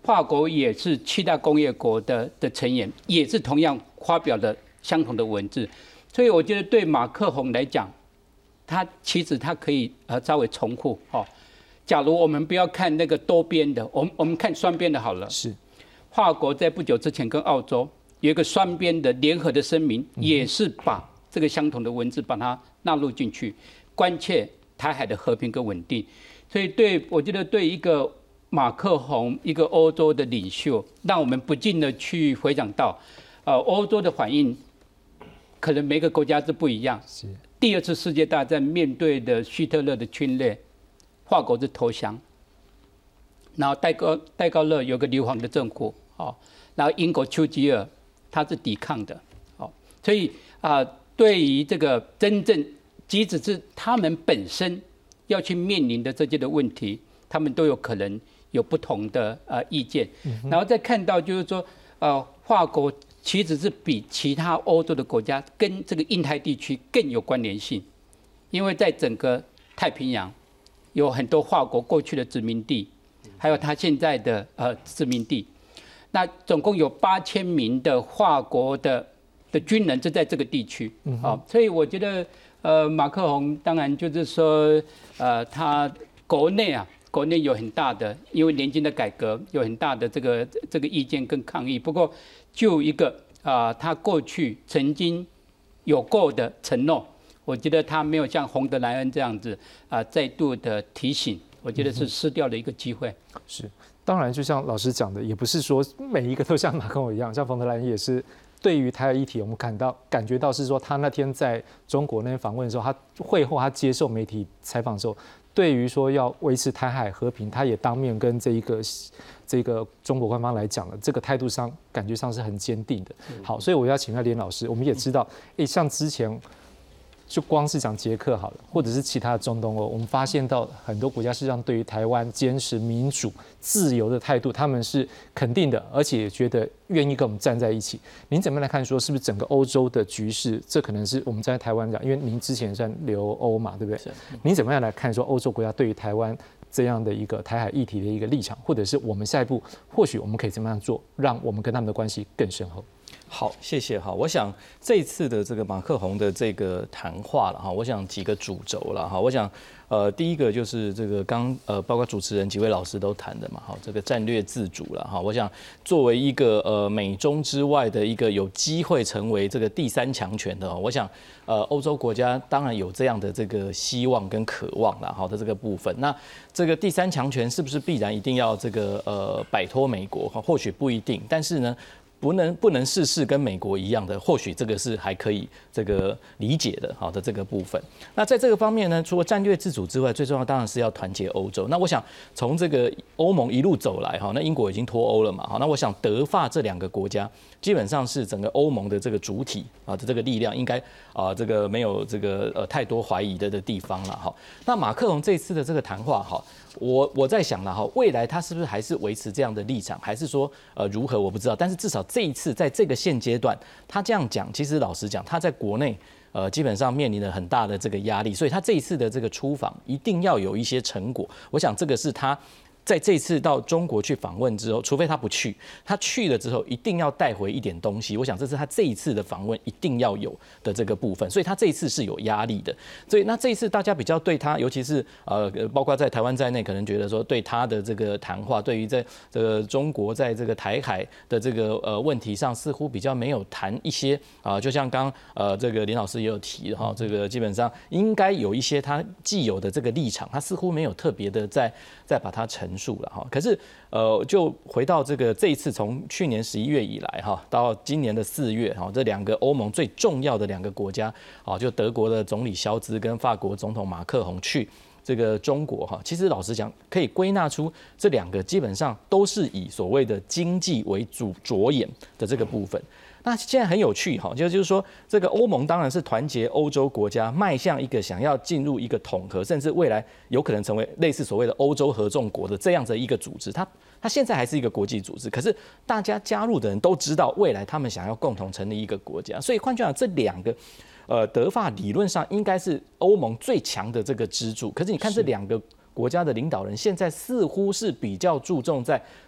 法国也是7大工业国的成员，也是同样发表了相同的文字，所以我觉得对马克宏来讲，其实他可以稍微重复哦。假如我们不要看那个多边的，我们看双边的好了。 是， 法国在不久之前跟澳洲有一个双边的联合的声明，也是把这个相同的文字把它纳入进去，关切台海的和平跟稳定。所以我觉得对一个马克宏，一个欧洲的领袖，让我们不禁的去回想到，欧洲的反应可能每个国家是不一样。 是。 第2次世界大战面对的希特勒的侵略，法国是投降，然后戴高乐有个流亡的政府，然后英国丘吉尔他是抵抗的，所以对于这个真正，即使是他们本身要去面临的这些的问题，他们都有可能有不同的意见，然后再看到就是说，法国其实是比其他欧洲的国家跟这个印太地区更有关联性，因为在整个太平洋有很多法国过去的殖民地，还有他现在的殖民地，那总共有8000名的法国的军人就在这个地区，所以我觉得马克宏当然就是说他国内有很大的，因为年金的改革有很大的这个意见跟抗议，不过就一个他过去曾经有过的承诺，我觉得他没有像洪德莱恩这样子再度的提醒，我觉得是失掉了一个机会。 是，当然就像老师讲的，也不是说每一个都像马克宏一样，像冯德莱恩也是对于台海议题，我们感觉到是说，他那天在中国那边访问的时候，他会后他接受媒体采访的时候，对于说要维持台海和平，他也当面跟这个中国官方来讲了，这个态度上感觉上是很坚定的。好，所以我要请教连老师，我们也知道，像之前就光是讲捷克好了，或者是其他的中东欧，我们发现到很多国家事实上对于台湾坚持民主自由的态度，他们是肯定的，而且也觉得愿意跟我们站在一起。您怎么来看说，是不是整个欧洲的局势，这可能是我们在台湾讲，因为您之前算留欧嘛，对不对？您怎么样来看说欧洲国家对于台湾这样的一个台海议题的一个立场，或者是我们下一步或许我们可以怎么样做，让我们跟他们的关系更深厚？ 好，谢谢哈。我想这一次的这个马克宏的这个谈话了哈，我想几个主轴了哈。我想第一个就是这个包括主持人几位老师都谈的嘛，哈，这个战略自主了哈。我想作为一个美中之外的一个有机会成为这个第3强权的，我想欧洲国家当然有这样的这个希望跟渴望了哈的这个部分。那这个第3强权是不是必然一定要这个摆脱美国？或许不一定，但是呢，不能事事跟美国一样的，或许这个是还可以这个理解的，好的这个部分。那在这个方面呢，除了战略自主之外，最重要当然是要团结欧洲。那我想从这个欧盟一路走来，哈，那英国已经脱欧了嘛，好，那我想德法这2个国家基本上是整个欧盟的这个主体啊的这个力量，应该这个没有这个太多怀疑的地方了，哈。那马克宏这次的这个谈话，哈。我在想了哈，未来他是不是还是维持这样的立场，还是说如何我不知道。但是至少这一次在这个现阶段，他这样讲，其实老实讲，他在国内基本上面临了很大的这个压力，所以他这一次的这个出访一定要有一些成果。我想这个是他在这次到中国去访问之后，除非他不去，他去了之后一定要带回一点东西。我想这是他这一次的访问一定要有的这个部分，所以他这一次是有压力的。所以那这一次大家比较对他，尤其是包括在台湾在内，可能觉得说对他的这个谈话，对于在这个中国在这个台海的这个问题上，似乎比较没有谈一些就像刚这个林老师也有提哈，这个基本上应该有一些他既有的这个立场，他似乎没有特别的再把它陈述了哈。可是就回到这一次从去年11月以来哈，到今年的4月哈，这2个欧盟最重要的2个国家啊，就德国的总理肖兹跟法国总统马克宏去这个中国哈，其实老实讲，可以归纳出这2个基本上都是以所谓的经济为着眼的这个部分。那现在很有趣哈，就是说这个欧盟当然是团结欧洲国家，迈向一个想要进入一个统合，甚至未来有可能成为类似所谓的欧洲合众国的这样的一个组织。它现在还是一个国际组织，可是大家加入的人都知道，未来他们想要共同成立一个国家。所以换句话讲，这2个德法理论上应该是欧盟最强的这个支柱。可是你看这2个国家的领导人现在似乎是比较注重在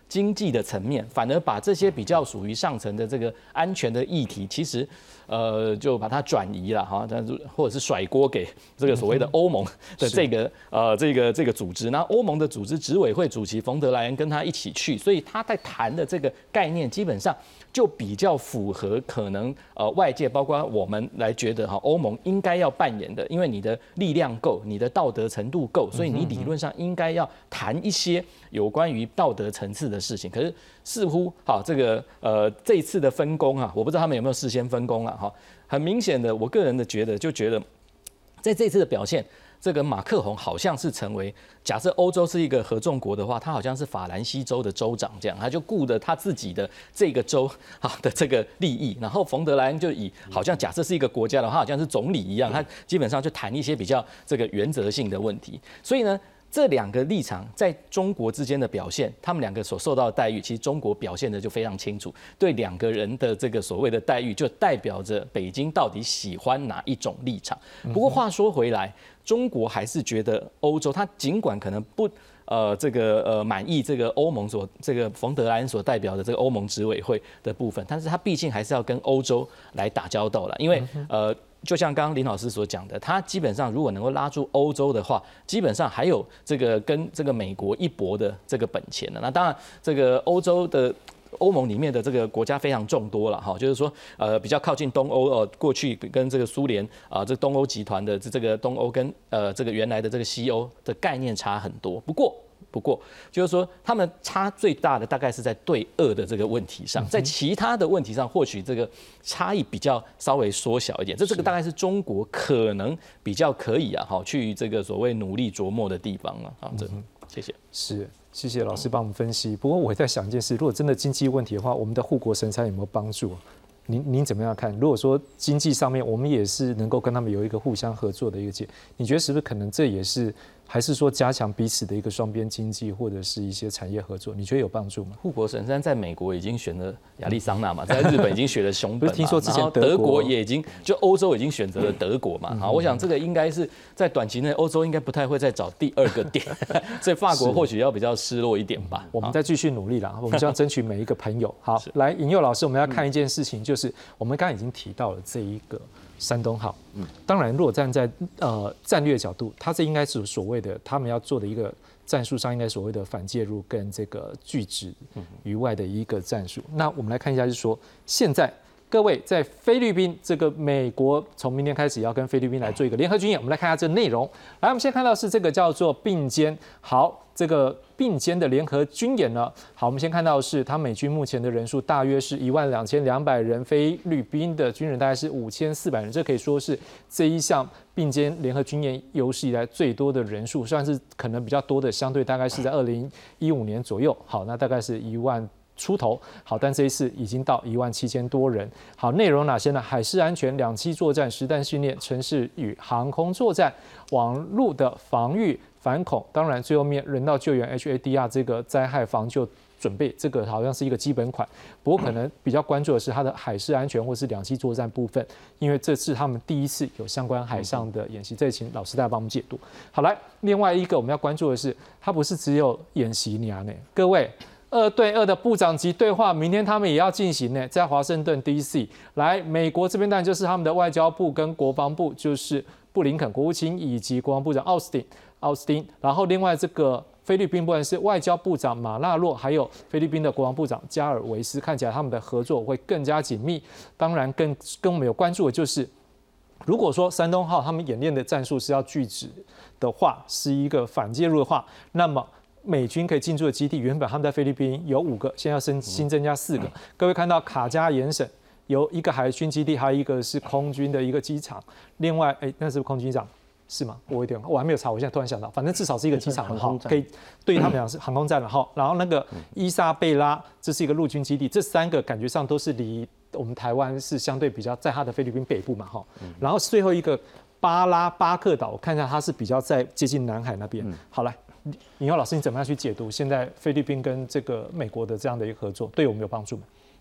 经济的层面，反而把这些比较属于上层的这个安全的议题，其实就把它转移了哈，或者是甩锅给这个所谓的欧盟的这个组织。那欧盟的组织执委会主席冯德莱恩跟他一起去，所以他在谈的这个概念基本上就比较符合可能外界包括我们来觉得哈，欧盟应该要扮演的，因为你的力量够，你的道德程度够，所以你理论上应该要谈一些有关于道德层次的事情。可是似乎这个这一次的分工啊，我不知道他们有没有事先分工啊哈。很明显的，我个人的觉得在这次的表现。这个马克宏好像是成为，假设欧洲是一个合众国的话，他好像是法兰西州的州长这样，他就顾着他自己的这个州的这个利益，然后冯德莱恩就以好像假设是一个国家的话，好像是总理一样，他基本上就谈一些比较这个原则性的问题，所以呢。这两个立场在中国之间的表现，他们两个所受到的待遇，其实中国表现的就非常清楚。对两个人的这个所谓的待遇，就代表着北京到底喜欢哪一种立场。不过话说回来，中国还是觉得欧洲，他尽管可能不满意这个欧盟这个冯德莱恩所代表的这个欧盟执委会的部分，但是他毕竟还是要跟欧洲来打交道了，因为就像刚刚林老师所讲的，他基本上如果能够拉住欧洲的话，基本上还有这个跟这个美国一搏的这个本钱的。那当然，这个欧盟里面的这个国家非常众多了哈，就是说比较靠近东欧过去跟这个苏联这东欧集团的这个东欧跟这个原来的这个西欧的概念差很多。不过，就是说，他们差最大的大概是在对俄的这个问题上，在其他的问题上，或许这个差异比较稍微缩小一点。这个大概是中国可能比较可以去这个所谓努力琢磨的地方了。好，谢谢。 谢谢老师帮我们分析。不过我在想一件事，如果真的经济问题的话，我们的护国神山有没有帮助？您怎么样看？如果说经济上面我们也是能够跟他们有一个互相合作的一个你觉得是不是可能这也是还是说加强彼此的一个双边经济或者是一些产业合作？你觉得有帮助吗？ 护国神山在美国已经选了亚利桑那嘛，在日本已经选了熊本嘛， 听说之前德国也已经就欧洲已经选择了德国嘛。好，我想这个应该是在短期内欧洲应该不太会再找第二个点，所以法国或许要比较失落一点吧。 我们再继续努力啦，我们希望争取每一个朋友。好，来引诱老师，我们要看一件事情，就是我们刚刚已经提到了这一个山东号，当然，如果站在战略角度，它这应该是所谓的他们要做的一个战术上，应该所谓的反介入跟这个拒止于外的一个战术。那我们来看一下，就是说现在各位在菲律宾，这个美国从明天开始要跟菲律宾来做一个联合军演，我们来看一下这内容。来，我们先看到是这个叫做并肩，好，这个并肩的联合军演呢，好，我们先看到是它美军目前的人数大约是12200人，菲律宾的军人大概是5400人，这可以说是这一项并肩联合军演有史以来最多的人数，算是可能比较多的，相对大概是在2015年左右，好，那大概是1万出头，好，但这一次已经到17000多人。好，内容哪些呢？海事安全、两栖作战、实弹训练、城市与航空作战、网络的防御、反恐，当然最后面人道救援 HADR 这个灾害防救准备，这个好像是一个基本款。不过可能比较关注的是它的海事安全或是两栖作战部分，因为这是他们第一次有相关海上的演习，这请老师大家帮我们解读。好，来，另外一个我们要关注的是，它不是只有演习呢，各位。2对2的部长级对话，明天他们也要进行呢，在华盛顿 DC。来，美国这边当然就是他们的外交部跟国防部，就是布林肯国务卿以及国防部长奥斯汀。然后另外这个菲律宾部分是外交部长马纳洛，还有菲律宾的国防部长加尔维斯，看起来他们的合作会更加紧密。当然跟我们有关注的就是，如果说山东号他们演练的战术是要拒止的话，是一个反介入的话，那么美军可以进驻的基地，原本他们在菲律宾有5个，现在要新增加4个。各位看到卡加延省有一个海军基地，还有一个是空军的一个机场。另外，那是空军机长是吗？我还没有查，我现在突然想到，反正至少是一个机场了，可以对于他们讲是航空站了哈。然后那个伊莎贝拉，这是一个陆军基地，这3个感觉上都是离我们台湾是相对比较在它的菲律宾北部嘛哈。然后最后一个巴克岛，我看一下它是比较在接近南海那边。好来。尹佑老师，你怎么样去解读现在菲律宾跟这个美国的这样的一个合作，对我们有帮助吗？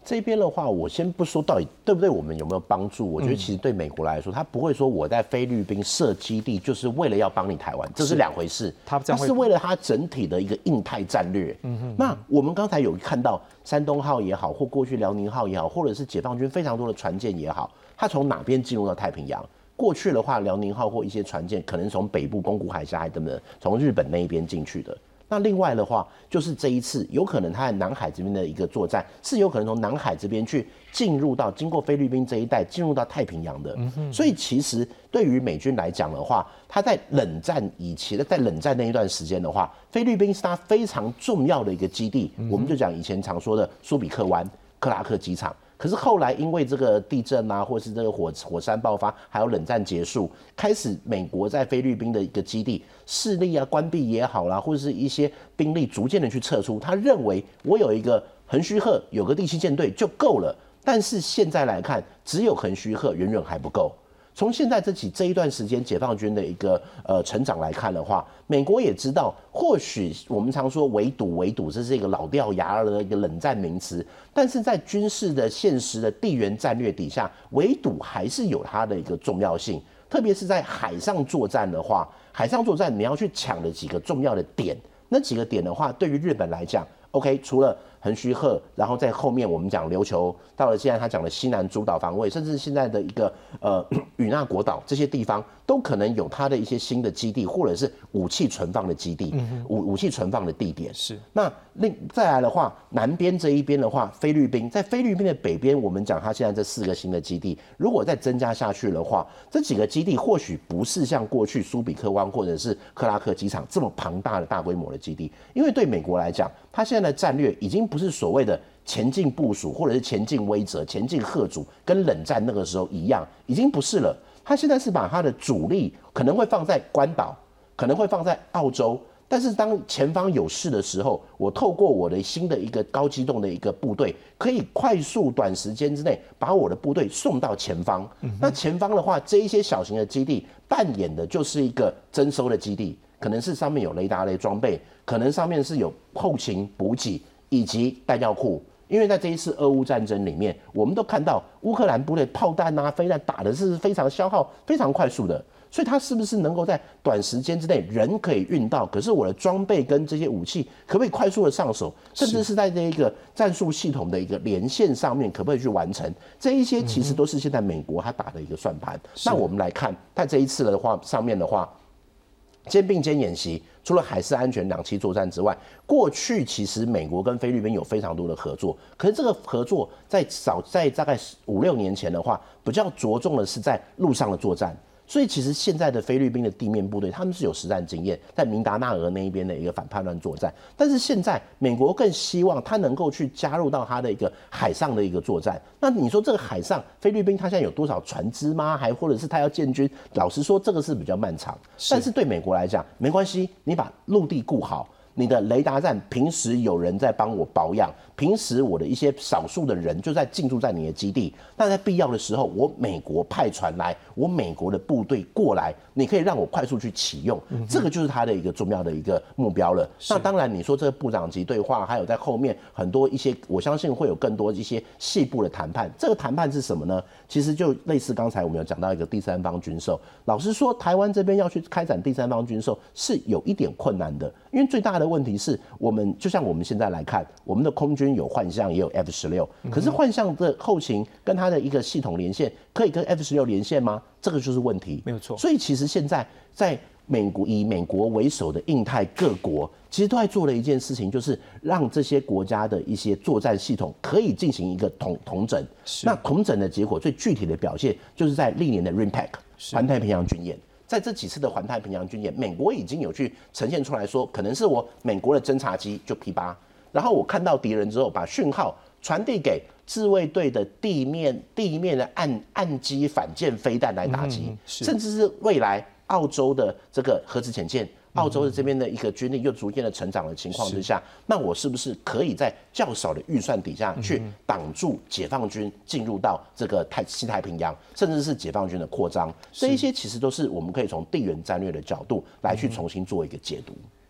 这边的话，我先不说到底对不对我们有没有帮助，我觉得其实对美国来说，他不会说我在菲律宾设基地就是为了要帮你台湾，这是两回事。他是为了他整体的一个印太战略。那我们刚才有看到山东号也好，或过去辽宁号也好，或者是解放军非常多的船舰也好，它从哪边进入到太平洋？过去的话，辽宁号或一些船舰可能从北部宫古海峡等等，从日本那一边进去的。那另外的话，就是这一次有可能他在南海这边的一个作战，是有可能从南海这边去进入到经过菲律宾这一带，进入到太平洋的。所以其实对于美军来讲的话，他在冷战以前，在冷战那一段时间的话，菲律宾是他非常重要的一个基地。我们就讲以前常说的苏比克湾、克拉克机场。可是后来因为这个地震啊，或是这个火山爆发，还有冷战结束，开始美国在菲律宾的一个基地势力啊关闭也好啦，或者是一些兵力逐渐的去撤出。他认为我有一个横须贺，有个第7舰队就够了。但是现在来看，只有横须贺远远还不够。从现在这一段时间解放军的一个成长来看的话，美国也知道，或许我们常说围堵，这是一个老掉牙了的一个冷战名词，但是在军事的现实的地缘战略底下，围堵还是有它的一个重要性。特别是在海上作战的话，海上作战你要去抢的几个重要的点，那几个点的话，对于日本来讲 ，OK， 除了横须贺，然后在后面我们讲琉球，到了现在他讲的西南诸岛防卫，甚至现在的一个与那国岛这些地方，都可能有它的一些新的基地，或者是武器存放的基地，武器存放的地点。是。那再来的话，南边这一边的话，菲律宾在菲律宾的北边，我们讲它现在这4个新的基地，如果再增加下去的话，这几个基地或许不是像过去苏比克湾或者是克拉克机场这么庞大的大规模的基地，因为对美国来讲，它现在的战略已经不是所谓的前进部署，或者是前进威慑、前进吓阻，跟冷战那个时候一样，已经不是了。他现在是把他的主力可能会放在关岛，可能会放在澳洲，但是当前方有事的时候，我透过我的新的一个高机动的一个部队，可以快速短时间之内把我的部队送到前方。那前方的话，这一些小型的基地扮演的就是一个征收的基地，可能是上面有雷达类装备，可能上面是有后勤补给以及弹药库。因为在这一次俄乌战争里面，我们都看到乌克兰部队炮弹啊、飞弹打的是非常消耗、非常快速的，所以它是不是能够在短时间之内人可以运到，可是我的装备跟这些武器可不可以快速的上手，甚至是在这一个战术系统的一个连线上面可不可以去完成，这一些其实都是现在美国他打的一个算盘。那我们来看，在这一次的话上面的话，肩并肩演习，除了海事安全两栖作战之外，过去其实美国跟菲律宾有非常多的合作，可是这个合作在大概5-6年前的话，比较着重的是在陆上的作战。所以其实现在的菲律宾的地面部队，他们是有实战经验，在明达纳俄那一边的一个反叛乱作战。但是现在美国更希望他能够去加入到他的一个海上的一个作战。那你说这个海上菲律宾他现在有多少船只吗？还或者是他要建军？老实说，这个是比较漫长。但是对美国来讲，没关系，你把陆地顾好。你的雷达站平时有人在帮我保养，平时我的一些少数的人就在进驻在你的基地，但在必要的时候，我美国派船来，我美国的部队过来，你可以让我快速去启用，这个就是他的一个重要的一个目标了。那当然，你说这个部长级对话，还有在后面很多一些，我相信会有更多一些细部的谈判。这个谈判是什么呢？其实就类似刚才我们有讲到一个第三方军售。老实说，台湾这边要去开展第三方军售是有一点困难的，因为最大的问题是我们就像我们现在来看，我们的空军有幻象也有 F-16，可是幻象的后勤跟它的一个系统连线可以跟 F-16连线吗？这个就是问题，没有错。所以其实现在在以美国为首的印太各国，其实都在做的一件事情，就是让这些国家的一些作战系统可以进行一个统整。那统整的结果，最具体的表现就是在历年的 RIMPAC 环太平洋军演。在这几次的环太平洋军演，美国已经有去呈现出来说，可能是我美国的侦察机就 P8，然后我看到敌人之后，把讯号传递给自卫队的地面的岸基反舰飞弹来打击，甚至是未来澳洲的这个核子潜舰。澳洲的这边的一个军力又逐渐的成长的情况之下，那我是不是可以在较少的预算底下去挡住解放军进入到这个西太平洋，甚至是解放军的扩张？这一些其实都是我们可以从地缘战略的角度来去重新做一个解读。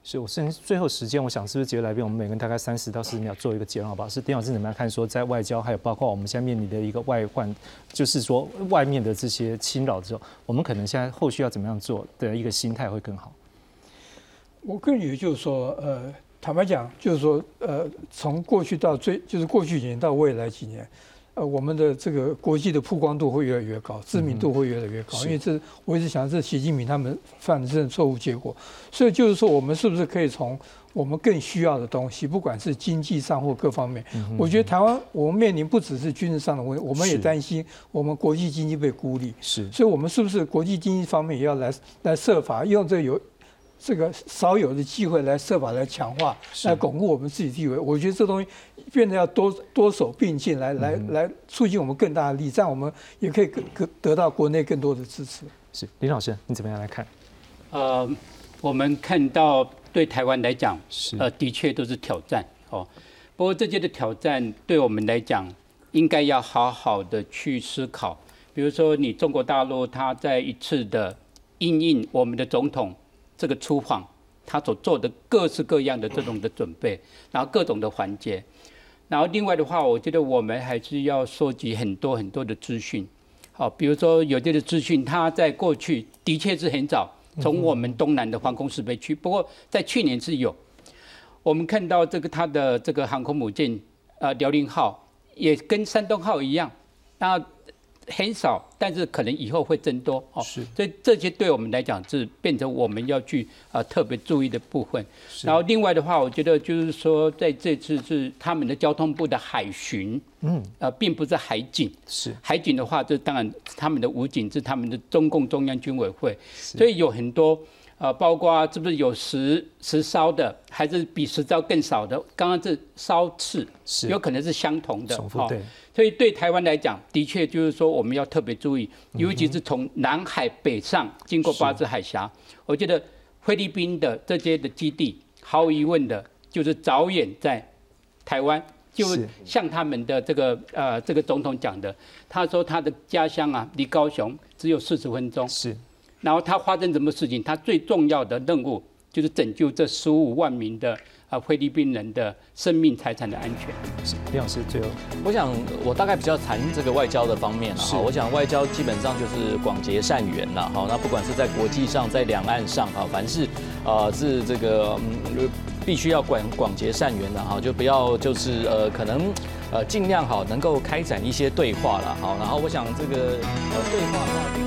是我剩最后时间，我想是不是几位来宾，我们每个人大概30到40秒做一个结论，好不好？是丁老师怎么样看说，在外交还有包括我们现在面临的一个外患，就是说外面的这些侵扰之后，我们可能现在后续要怎么样做的一个心态会更好？ 我个人觉得就是说，坦白讲，就是说，从过去到就是过去几年到未来几年。我们的这个国际的曝光度会越来越高，知名度会越来越高，因为我一直想，这习近平他们犯的这种错误结果，所以就是说，我们是不是可以从我们更需要的东西，不管是经济上或各方面，我觉得台湾我们面临不只是军事上的问题，我们也担心我们国际经济被孤立，所以我们是不是国际经济方面也要来设法用这个少有的机会来设法来强化，来巩固我们自己地位。我觉得这东西变得要多手并进，来促进我们更大的利益，这样我们也可以得到国内更多的支持。 是林老师，你怎么样来看？ 我们看到对台湾来讲，的确都是挑战哦。不过这些的挑战对我们来讲，应该要好好的去思考。比如说，你中国大陆它在一次的因应我们的总统这个出访，他所做的各式各样的这种的准备，然后各种的环节，然后另外的话，我觉得我们还是要收集很多很多的资讯。好，比如说有些的资讯，它在过去的确是很早从我们东南的防空识别区，不过在去年是有，我们看到这个它的这个航空母舰辽宁号也跟山东号一样，那很少，但是可能以后会增多哦。所以这些对我们来讲是变成我们要去特别注意的部分。然后另外的话，我觉得就是说，在这次是他们的交通部的海巡，并不是海警。海警的话，这当然他们的武警是他们的中共中央军委会，所以有很多。包括是不是有10艘的，还是比10艘更少的？刚刚是艘次，有可能是相同的。 对。 所以对台湾来讲，的确就是说我们要特别注意，尤其是从南海北上经过巴士海峡，我觉得菲律宾的这些的基地，毫无疑问的就是着眼在台湾。就像他们的这个总统讲的，他说他的家乡啊，离高雄只有40分钟。然后他发生什么事情？他最重要的任务就是拯救这15万名的菲律宾人的生命财产的安全。 林老师，最后， 我想我大概比较谈这个外交的方面了哈。我想外交基本上就是广结善缘了哈。那不管是在国际上，在两岸上哈，凡是是这个必须要广结善缘的哈，就不要就是可能尽量好能够开展一些对话了哈。然后我想这个对话的话。